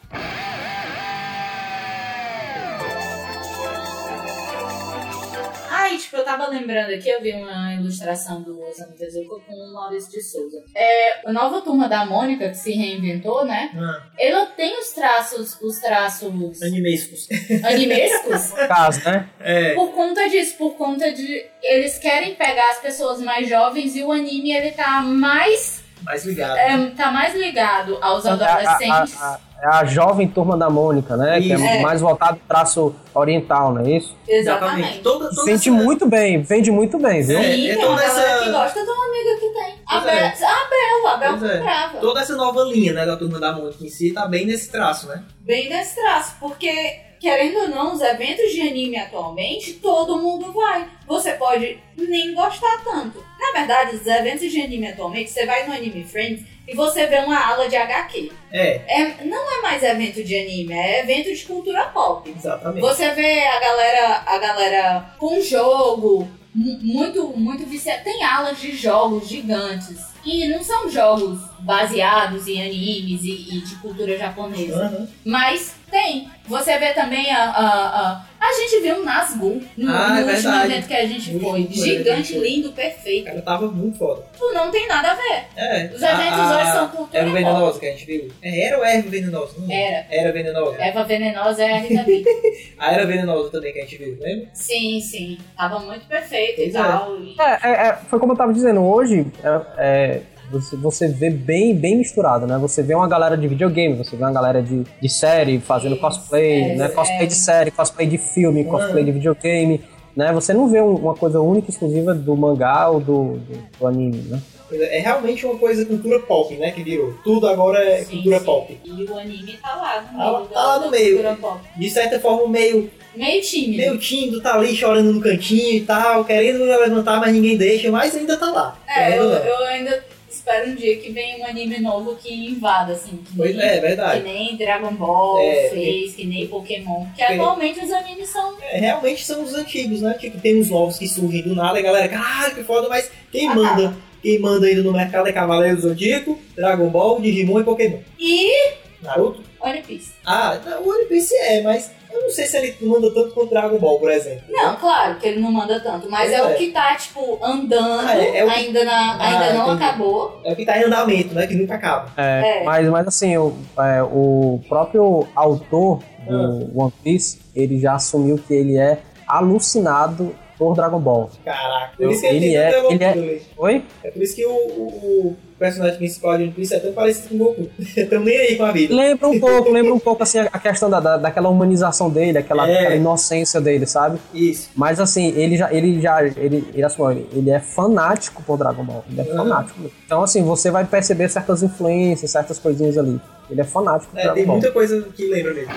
Tipo, eu tava lembrando aqui, eu vi uma ilustração do Osamu Tezuka com o Maurício de Souza. É, a nova Turma da Mônica, que se reinventou, né? Ah. Ela tem os traços, os traços... Animescos. Animescos? Caso, né? É. Por conta disso, por conta de... Eles querem pegar as pessoas mais jovens e o anime, ele tá mais... Mais ligado. É, tá mais ligado aos adolescentes. A, a, a, a, a jovem Turma da Mônica, né? Isso. Que é, é mais voltado pro traço oriental, não é isso? Exatamente. Toda, toda vende essa... muito bem, vende muito bem, viu? Sim, é, tem uma essa... galera que gosta de uma amiga que tem. A Bel, é. a Bel, a Bel comprava. É. Toda essa nova linha, né, da Turma da Mônica em si tá bem nesse traço, né? Bem nesse traço, porque... Querendo ou não, os eventos de anime atualmente, todo mundo vai. Você pode nem gostar tanto. Na verdade, os eventos de anime atualmente, você vai no Anime Friends e você vê uma aula de H Q. É. é. Não é mais evento de anime, é evento de cultura pop. Exatamente. Você vê a galera, a galera com jogo, muito, muito viciada. Tem aulas de jogos gigantes. E não são jogos baseados em animes e, e de cultura japonesa. Uhum. Mas tem. Você vê também a... A, a, a gente viu o Nazgûl no, ah, no é último verdade. evento que a gente muito foi. Muito Gigante, muito lindo, perfeito. Cara, tava muito foda. Tu não tem nada a ver. É. Os eventos a, hoje são cultura Erva Venenosa que a gente viu. É, era ou Erva Venenosa? Não era. Era Venenosa. Erva Venenosa é a Rita Lee. A Era Venenosa também que a gente viu, lembra? Sim, sim. Tava muito perfeito pois e tal. E... É, é, é, foi como eu tava dizendo, hoje... É, é... Você, você vê bem, bem misturado, né? Você vê uma galera de videogame, você vê uma galera de, de série fazendo Isso, cosplay, é, né? Cosplay é. de série, cosplay de filme, Mano. cosplay de videogame, né? Você não vê um, uma coisa única e exclusiva do mangá ou do, do, do anime, né? É realmente uma coisa cultura pop, né? Que virou. Tudo agora é sim, cultura sim. pop. E o anime tá lá no meio. Tá, tá lá no meio. De certa forma, meio... Meio tímido. Meio tímido, tá ali chorando no cantinho e tal, querendo levantar, mas ninguém deixa, mas ainda tá lá. É, eu, eu ainda... Espero um dia que venha um anime novo que invada, assim. Que pois nem, é, verdade. Que nem Dragon Ball é, fez, que nem Pokémon. Que é. atualmente os animes são... É, realmente são os antigos, né? Tipo, tem uns novos que surgem do nada e a galera, caralho, que foda, mas quem ah, manda? Tá. Quem manda ainda no mercado é Cavaleiro do Zodíaco, Dragon Ball, Digimon e Pokémon. E... Naruto? One Piece. Ah, o One Piece é, mas... Eu não sei se ele manda tanto quanto Dragon Ball, por exemplo. Não, né? Claro que ele não manda tanto, mas é, é o que tá, tipo, andando, ah, é, é que... ainda, na, ah, ainda não entendi. acabou. É o que tá em andamento, né? Que nunca acaba. É, é. Mas, mas assim, o, é, o próprio autor do ah. One Piece, ele já assumiu que ele é alucinado por Dragon Ball. Caraca, por eu, isso que ele, ele é, Goku, ele é... Oi? É por isso que o, o, o personagem principal de One Piece é tão parecido com o Goku. Tão nem aí com a vida. Lembra um pouco, lembra um pouco assim a questão da, da, daquela humanização dele, aquela, é. aquela inocência dele, sabe? Isso. Mas assim, ele já, ele já, ele, ele, assim, ele, ele é fanático por Dragon Ball. Ele é uhum. fanático. Então assim, você vai perceber certas influências, certas coisinhas ali. Ele é fanático por é, Dragon tem Ball. Muita coisa que lembra mesmo.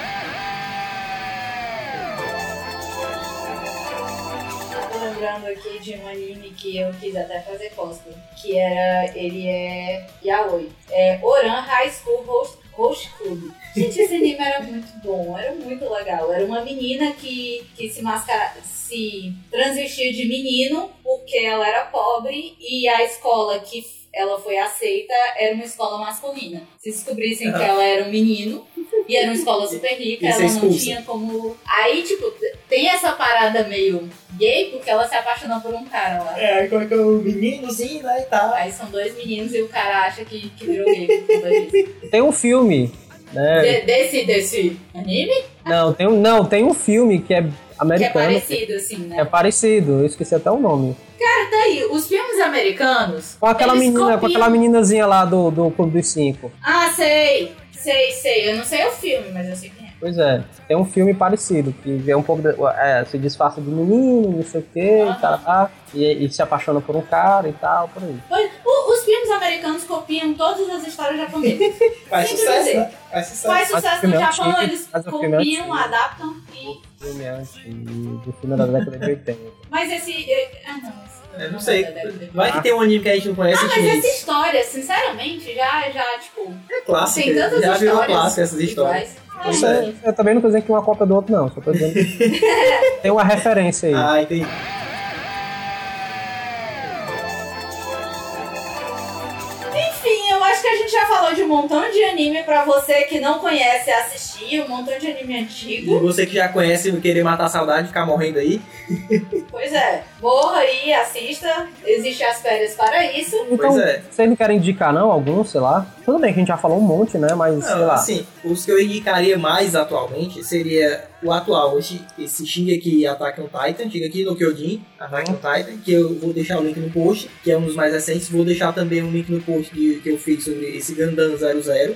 Aqui de um anime que eu quis até fazer cosplay, que era, ele é yaoi, é Oran High School Host, Host Club. Gente, esse anime era muito bom, era muito legal, era uma menina que, que se mascara, se transvestia de menino porque ela era pobre e a escola que ela foi aceita era uma escola masculina. Se descobrissem uhum. que ela era um menino e era uma escola super rica, ela não tinha como... Aí, tipo, tem essa parada meio gay, porque ela se apaixonou por um cara lá. É, aí como é que é o meninozinho, né, e tal. Aí são dois meninos e o cara acha que, que virou gay por conta disso. Tem um filme, né? De, desse, desse anime? Não, tem um, não, tem um filme que é americano. Que é parecido, assim, né? É parecido, eu esqueci até o nome. Cara, tá aí, os filmes americanos... Com aquela menina, copiam... com aquela meninazinha lá do, do Clube dos Cinco. Ah, sei, sei, sei. Eu não sei o filme, mas eu sei quem é. Pois é, tem um filme parecido, que é um pouco. De, é, se disfarça de menino, não sei o quê, Uhum. e, tal, tá, e, e se apaixona por um cara e tal, por aí. Pois, o- os filmes americanos copiam todas as histórias japonesas. Faz Sem sucesso, dizer. né? Faz sucesso. Faz Mas o sucesso filme no é Japão, antigo, eles mas o filme é copiam, antigo. adaptam e... O filme é antigo, do filme da década de oitenta. Mas esse... eh, Ah, não. esse É, não é sei. da década de- Vai que tem um anime que a gente não conhece Ah, e mas tinha essa isso. história, sinceramente, já, já, tipo... É clássico. Tem tantas Já virou histórias clássico essas histórias. iguais. Pois Eu, é. eu também não tô dizendo que uma cópia do outro, não. Só tô dizendo que tem uma referência aí. Ah, entendi. Enfim, eu acho que a gente já falou de um montão de anime pra você que não conhece assistir, um montão de anime E antigo. você que já conhece e querer matar a saudade, ficar morrendo aí. Pois é, morra aí, assista, existem as férias para isso. Então, Pois é. vocês não querem indicar, não? Algum, sei lá? Tudo bem que a gente já falou um monte, né? Mas, sei Não, lá. assim, os que eu indicaria mais atualmente seria o atual, esse, esse Shingeki Attack on Titan, Shingeki no Kyojin Attack on Titan, que eu vou deixar o link no post, que é um dos mais recentes. Vou deixar também um link no post de, que eu fiz sobre esse Gundam zero zero.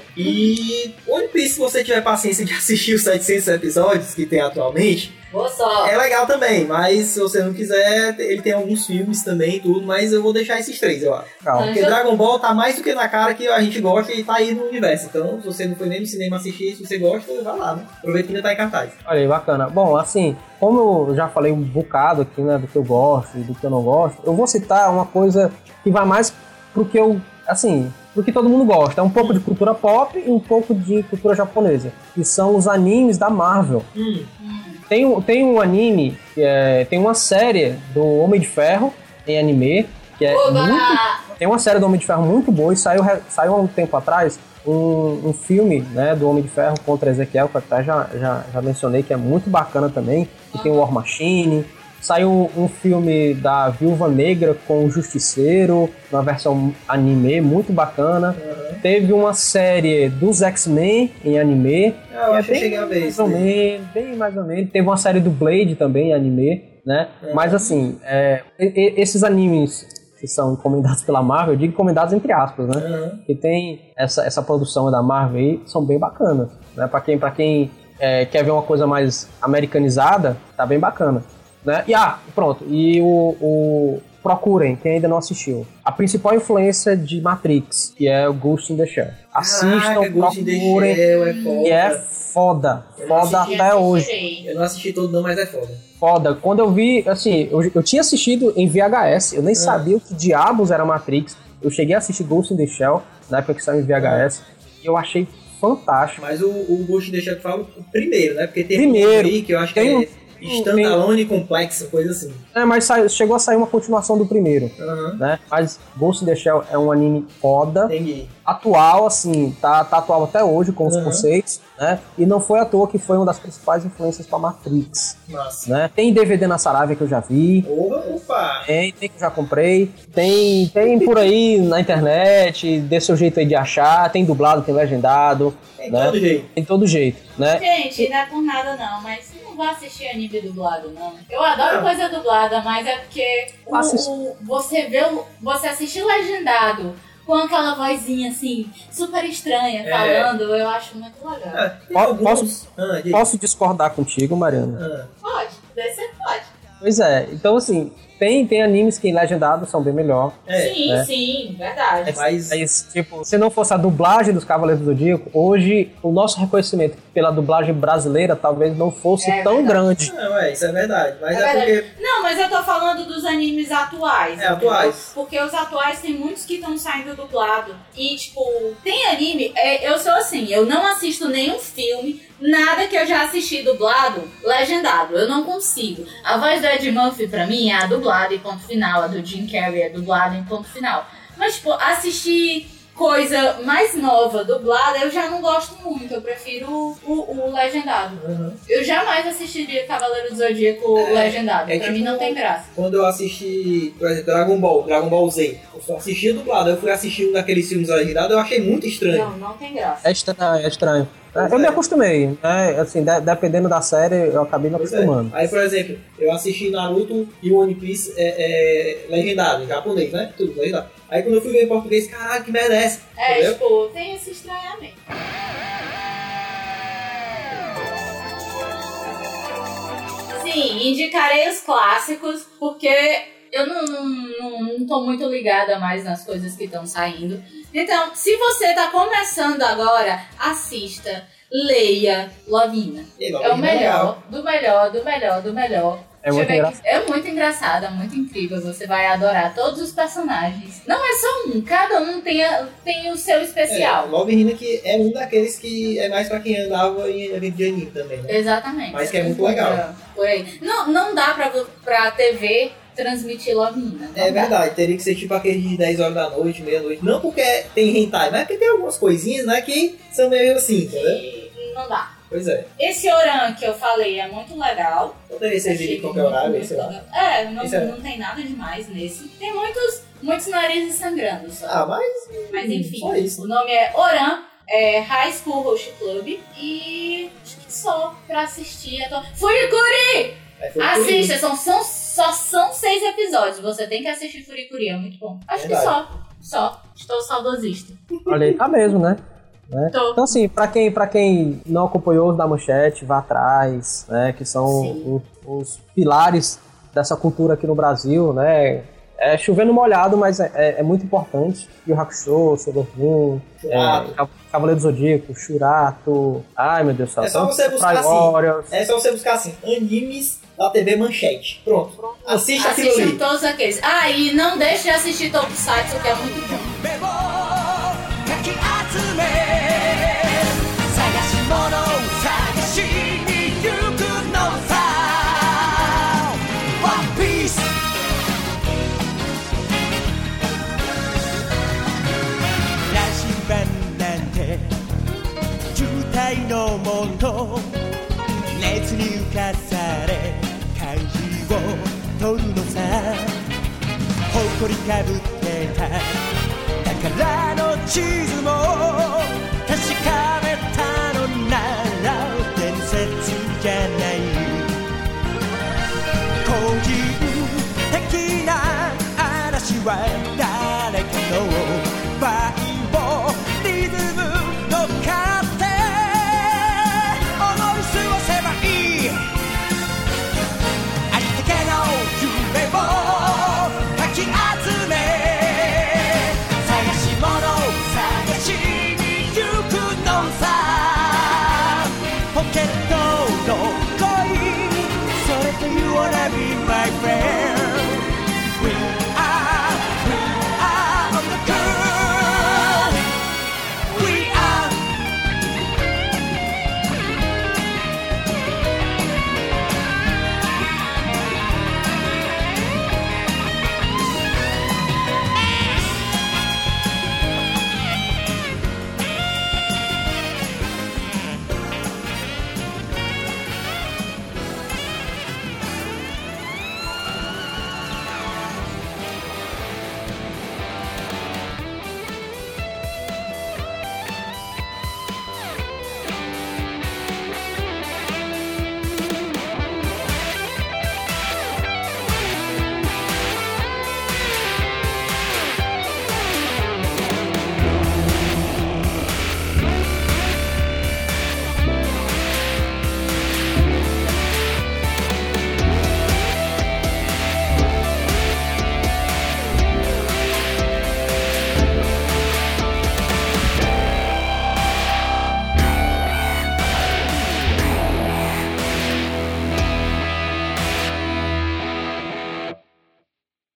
E One Piece, se você tiver paciência de assistir os setecentos episódios que tem atualmente, Boa sorte. é legal também, mas se você não quiser, ele tem alguns filmes também e tudo, mas eu vou deixar esses três, eu acho. Calma. Porque Dragon Ball tá mais do que na cara que a gente gosta e tá aí no universo. Então, se você não foi nem no cinema assistir, se você gosta, vai lá, né? Aproveita que ainda tá em cartaz. Olha aí, bacana. Bom, assim, como eu já falei um bocado aqui, né, do que eu gosto e do que eu não gosto, eu vou citar uma coisa que vai mais pro que eu, assim, pro que todo mundo gosta. É um pouco de cultura pop e um pouco de cultura japonesa, que são os animes da Marvel. Hum, Tem, um- tem um anime, que é, tem uma série do Homem de Ferro em anime, que é Oba! muito, tem uma série do Homem de Ferro muito boa e saiu, re- saiu há um tempo atrás um, um filme, né, do Homem de Ferro contra Ezequiel, que eu até já, já, já mencionei, que é muito bacana também, que tem o War Machine. Saiu um filme da Viúva Negra com o Justiceiro, uma versão anime muito bacana. Teve uma série dos X-Men em anime. Ah, eu que acho que eu bem cheguei a ver mais isso ou daí. menos, bem mais ou menos. Teve uma série do Blade também em anime, né? Mas assim, é, e- e- esses animes que são encomendados pela Marvel, eu digo encomendados entre aspas, né? Aham. Que tem essa, essa produção da Marvel aí, são bem bacanas, né? Pra quem, pra quem é, quer ver uma coisa mais americanizada, tá bem bacana, né? E ah, pronto, e o, o procurem, quem ainda não assistiu, a principal influência de Matrix, que é o Ghost in the Shell. Assistam, Caraca, Ghost in the procurem, Shell, é foda. que é foda, Eu foda assisti, até hoje. Assistirei. Eu não assisti todo não, mas é foda. Foda. Quando eu vi, assim, eu, eu tinha assistido em V H S, eu nem sabia o que diabos era Matrix. Eu cheguei a assistir Ghost in the Shell, na época que saiu em V H S, e eu achei fantástico. Mas o, o Ghost in the Shell que fala o primeiro, né? Porque tem Primeiro. um aí que eu acho que Tem um- é standalone complexo, coisa assim. É, mas saiu- chegou a sair uma continuação do primeiro, Aham. né? Mas Ghost in the Shell é um anime foda, Entendi. atual, assim, tá, tá atual até hoje com os Uhum. conceitos, né? E não foi à toa que foi uma das principais influências pra Matrix, Massa. né? Tem D V D na Saravia que eu já vi. Opa, opa. Tem, tem que eu já comprei. Tem, tem por aí na internet, dê seu jeito aí de achar. Tem dublado, tem legendado. Tem né? todo jeito. Tem todo jeito, né? Gente, não é por nada não, mas não vou assistir anime dublado, não. Eu adoro Não. coisa dublada, mas é porque o, Assist- o- você vê o, você assistir legendado com aquela vozinha assim, super estranha, É. falando, eu acho muito legal. Ah, tem Po- alguns- posso- Ah, diga. Posso discordar contigo, Mariana? Ah, Pode, daí você pode. Pois é, então assim, tem, tem animes que legendados são bem melhor. é, sim, né? sim, verdade. mas... Mas, tipo, se não fosse a dublagem dos Cavaleiros do Zodíaco, hoje o nosso reconhecimento pela dublagem brasileira talvez não fosse É tão verdade. grande. Não, é, isso é verdade. Mas É é, verdade. porque... Não, mas eu tô falando dos animes atuais. É, atuais. Porque os atuais tem muitos que estão saindo dublado. E, tipo, tem anime. é, eu sou assim, eu não assisto nenhum filme, nada que eu já assisti dublado, legendado. Eu não consigo. A voz do Ed Murphy, pra mim, é a dublada e ponto final. A do Jim Carrey é dublada em ponto final. Mas, tipo, assistir coisa mais nova, dublada, eu já não gosto muito. Eu prefiro o, o, o legendado. Uhum. Eu jamais assistiria Cavaleiro do Zodíaco É, legendado. é pra tipo- mim não tem graça. Quando eu assisti, por exemplo, Dragon Ball, Dragon Ball Z, eu só assistia dublado. Eu fui assistir um daqueles filmes legendados, eu achei muito estranho. Não, não tem graça. É estranho, é estranho. É, Pois eu é. me acostumei, né? Assim, de- dependendo da série, eu acabei me Pois é. acostumando. Aí, por exemplo, eu assisti Naruto e One Piece é, é, legendado, em japonês, né? Tudo legendado. Aí quando eu fui ver em português, caralho, que merda é essa? É, Entendeu? tipo, tem esse estranhamento. assim, indicarei os clássicos, porque eu não, não, não, não tô muito ligada mais nas coisas que estão saindo. Então, se você tá começando agora, assista, leia Lovinha. E É o melhor, do melhor, do melhor, do melhor. É Deixa muito eu ver engraçado. aqui. É muito engraçada, muito incrível. Você vai adorar todos os personagens. Não é só um, cada um tem, a- tem o seu É, especial. Love Hina que é um daqueles que é mais pra quem andava em evento de anime também, né? Exatamente. Mas que é muito Encontra legal. Por aí. Não, não dá pra, pra T V transmitir Lovinha. É verdade, teria que ser tipo aquele de dez horas da noite, meia-noite. Não porque tem hentai, mas porque tem algumas coisinhas, né, que são meio assim, entendeu? Não dá. Pois é. Esse Oran que eu falei é muito legal. Poderia ser Achei de qualquer horário, muito sei lá. legal. É, não, Isso é- não tem nada demais nesse. Tem muitos, muitos narizes sangrando só. Ah, mas... Mas enfim, Só isso. o nome é Oran, é High School Host Club. E acho que só pra assistir. Eu tô... Furikuri! É, foi por Assista, são, são, só são seis episódios. Você tem que assistir Furikuri, é muito bom. Acho Verdade. que só. Só. Estou saudosista. Olha aí, tá mesmo, né? Né? Tô. Então, assim, pra quem, pra quem não acompanhou os da Manchete, vá atrás, né? Que são Sim. o- os pilares dessa cultura aqui no Brasil, né? É chovendo molhado, mas é, é- é muito importante. Yu Yu Hakusho, Sailor Moon, Churato. é, Ca- Cavaleiro do Zodíaco, Churato. Ai, meu Deus do céu. É só você Fry buscar assim. Warriors. É só você buscar assim, animes da T V Manchete. Pronto. Assista aquilo Assistam ali. todos aqueles. Ah, e não deixe de assistir Tokusatsu, que é muito bom. 目をかき集め探し物を探しに行くのさ One Piece 羅針盤なんて渋滞のもと熱に浮かされ漢字を取るのさ誇りかぶってた宝の地図も確かめたのなら伝説じゃない個人的な嵐は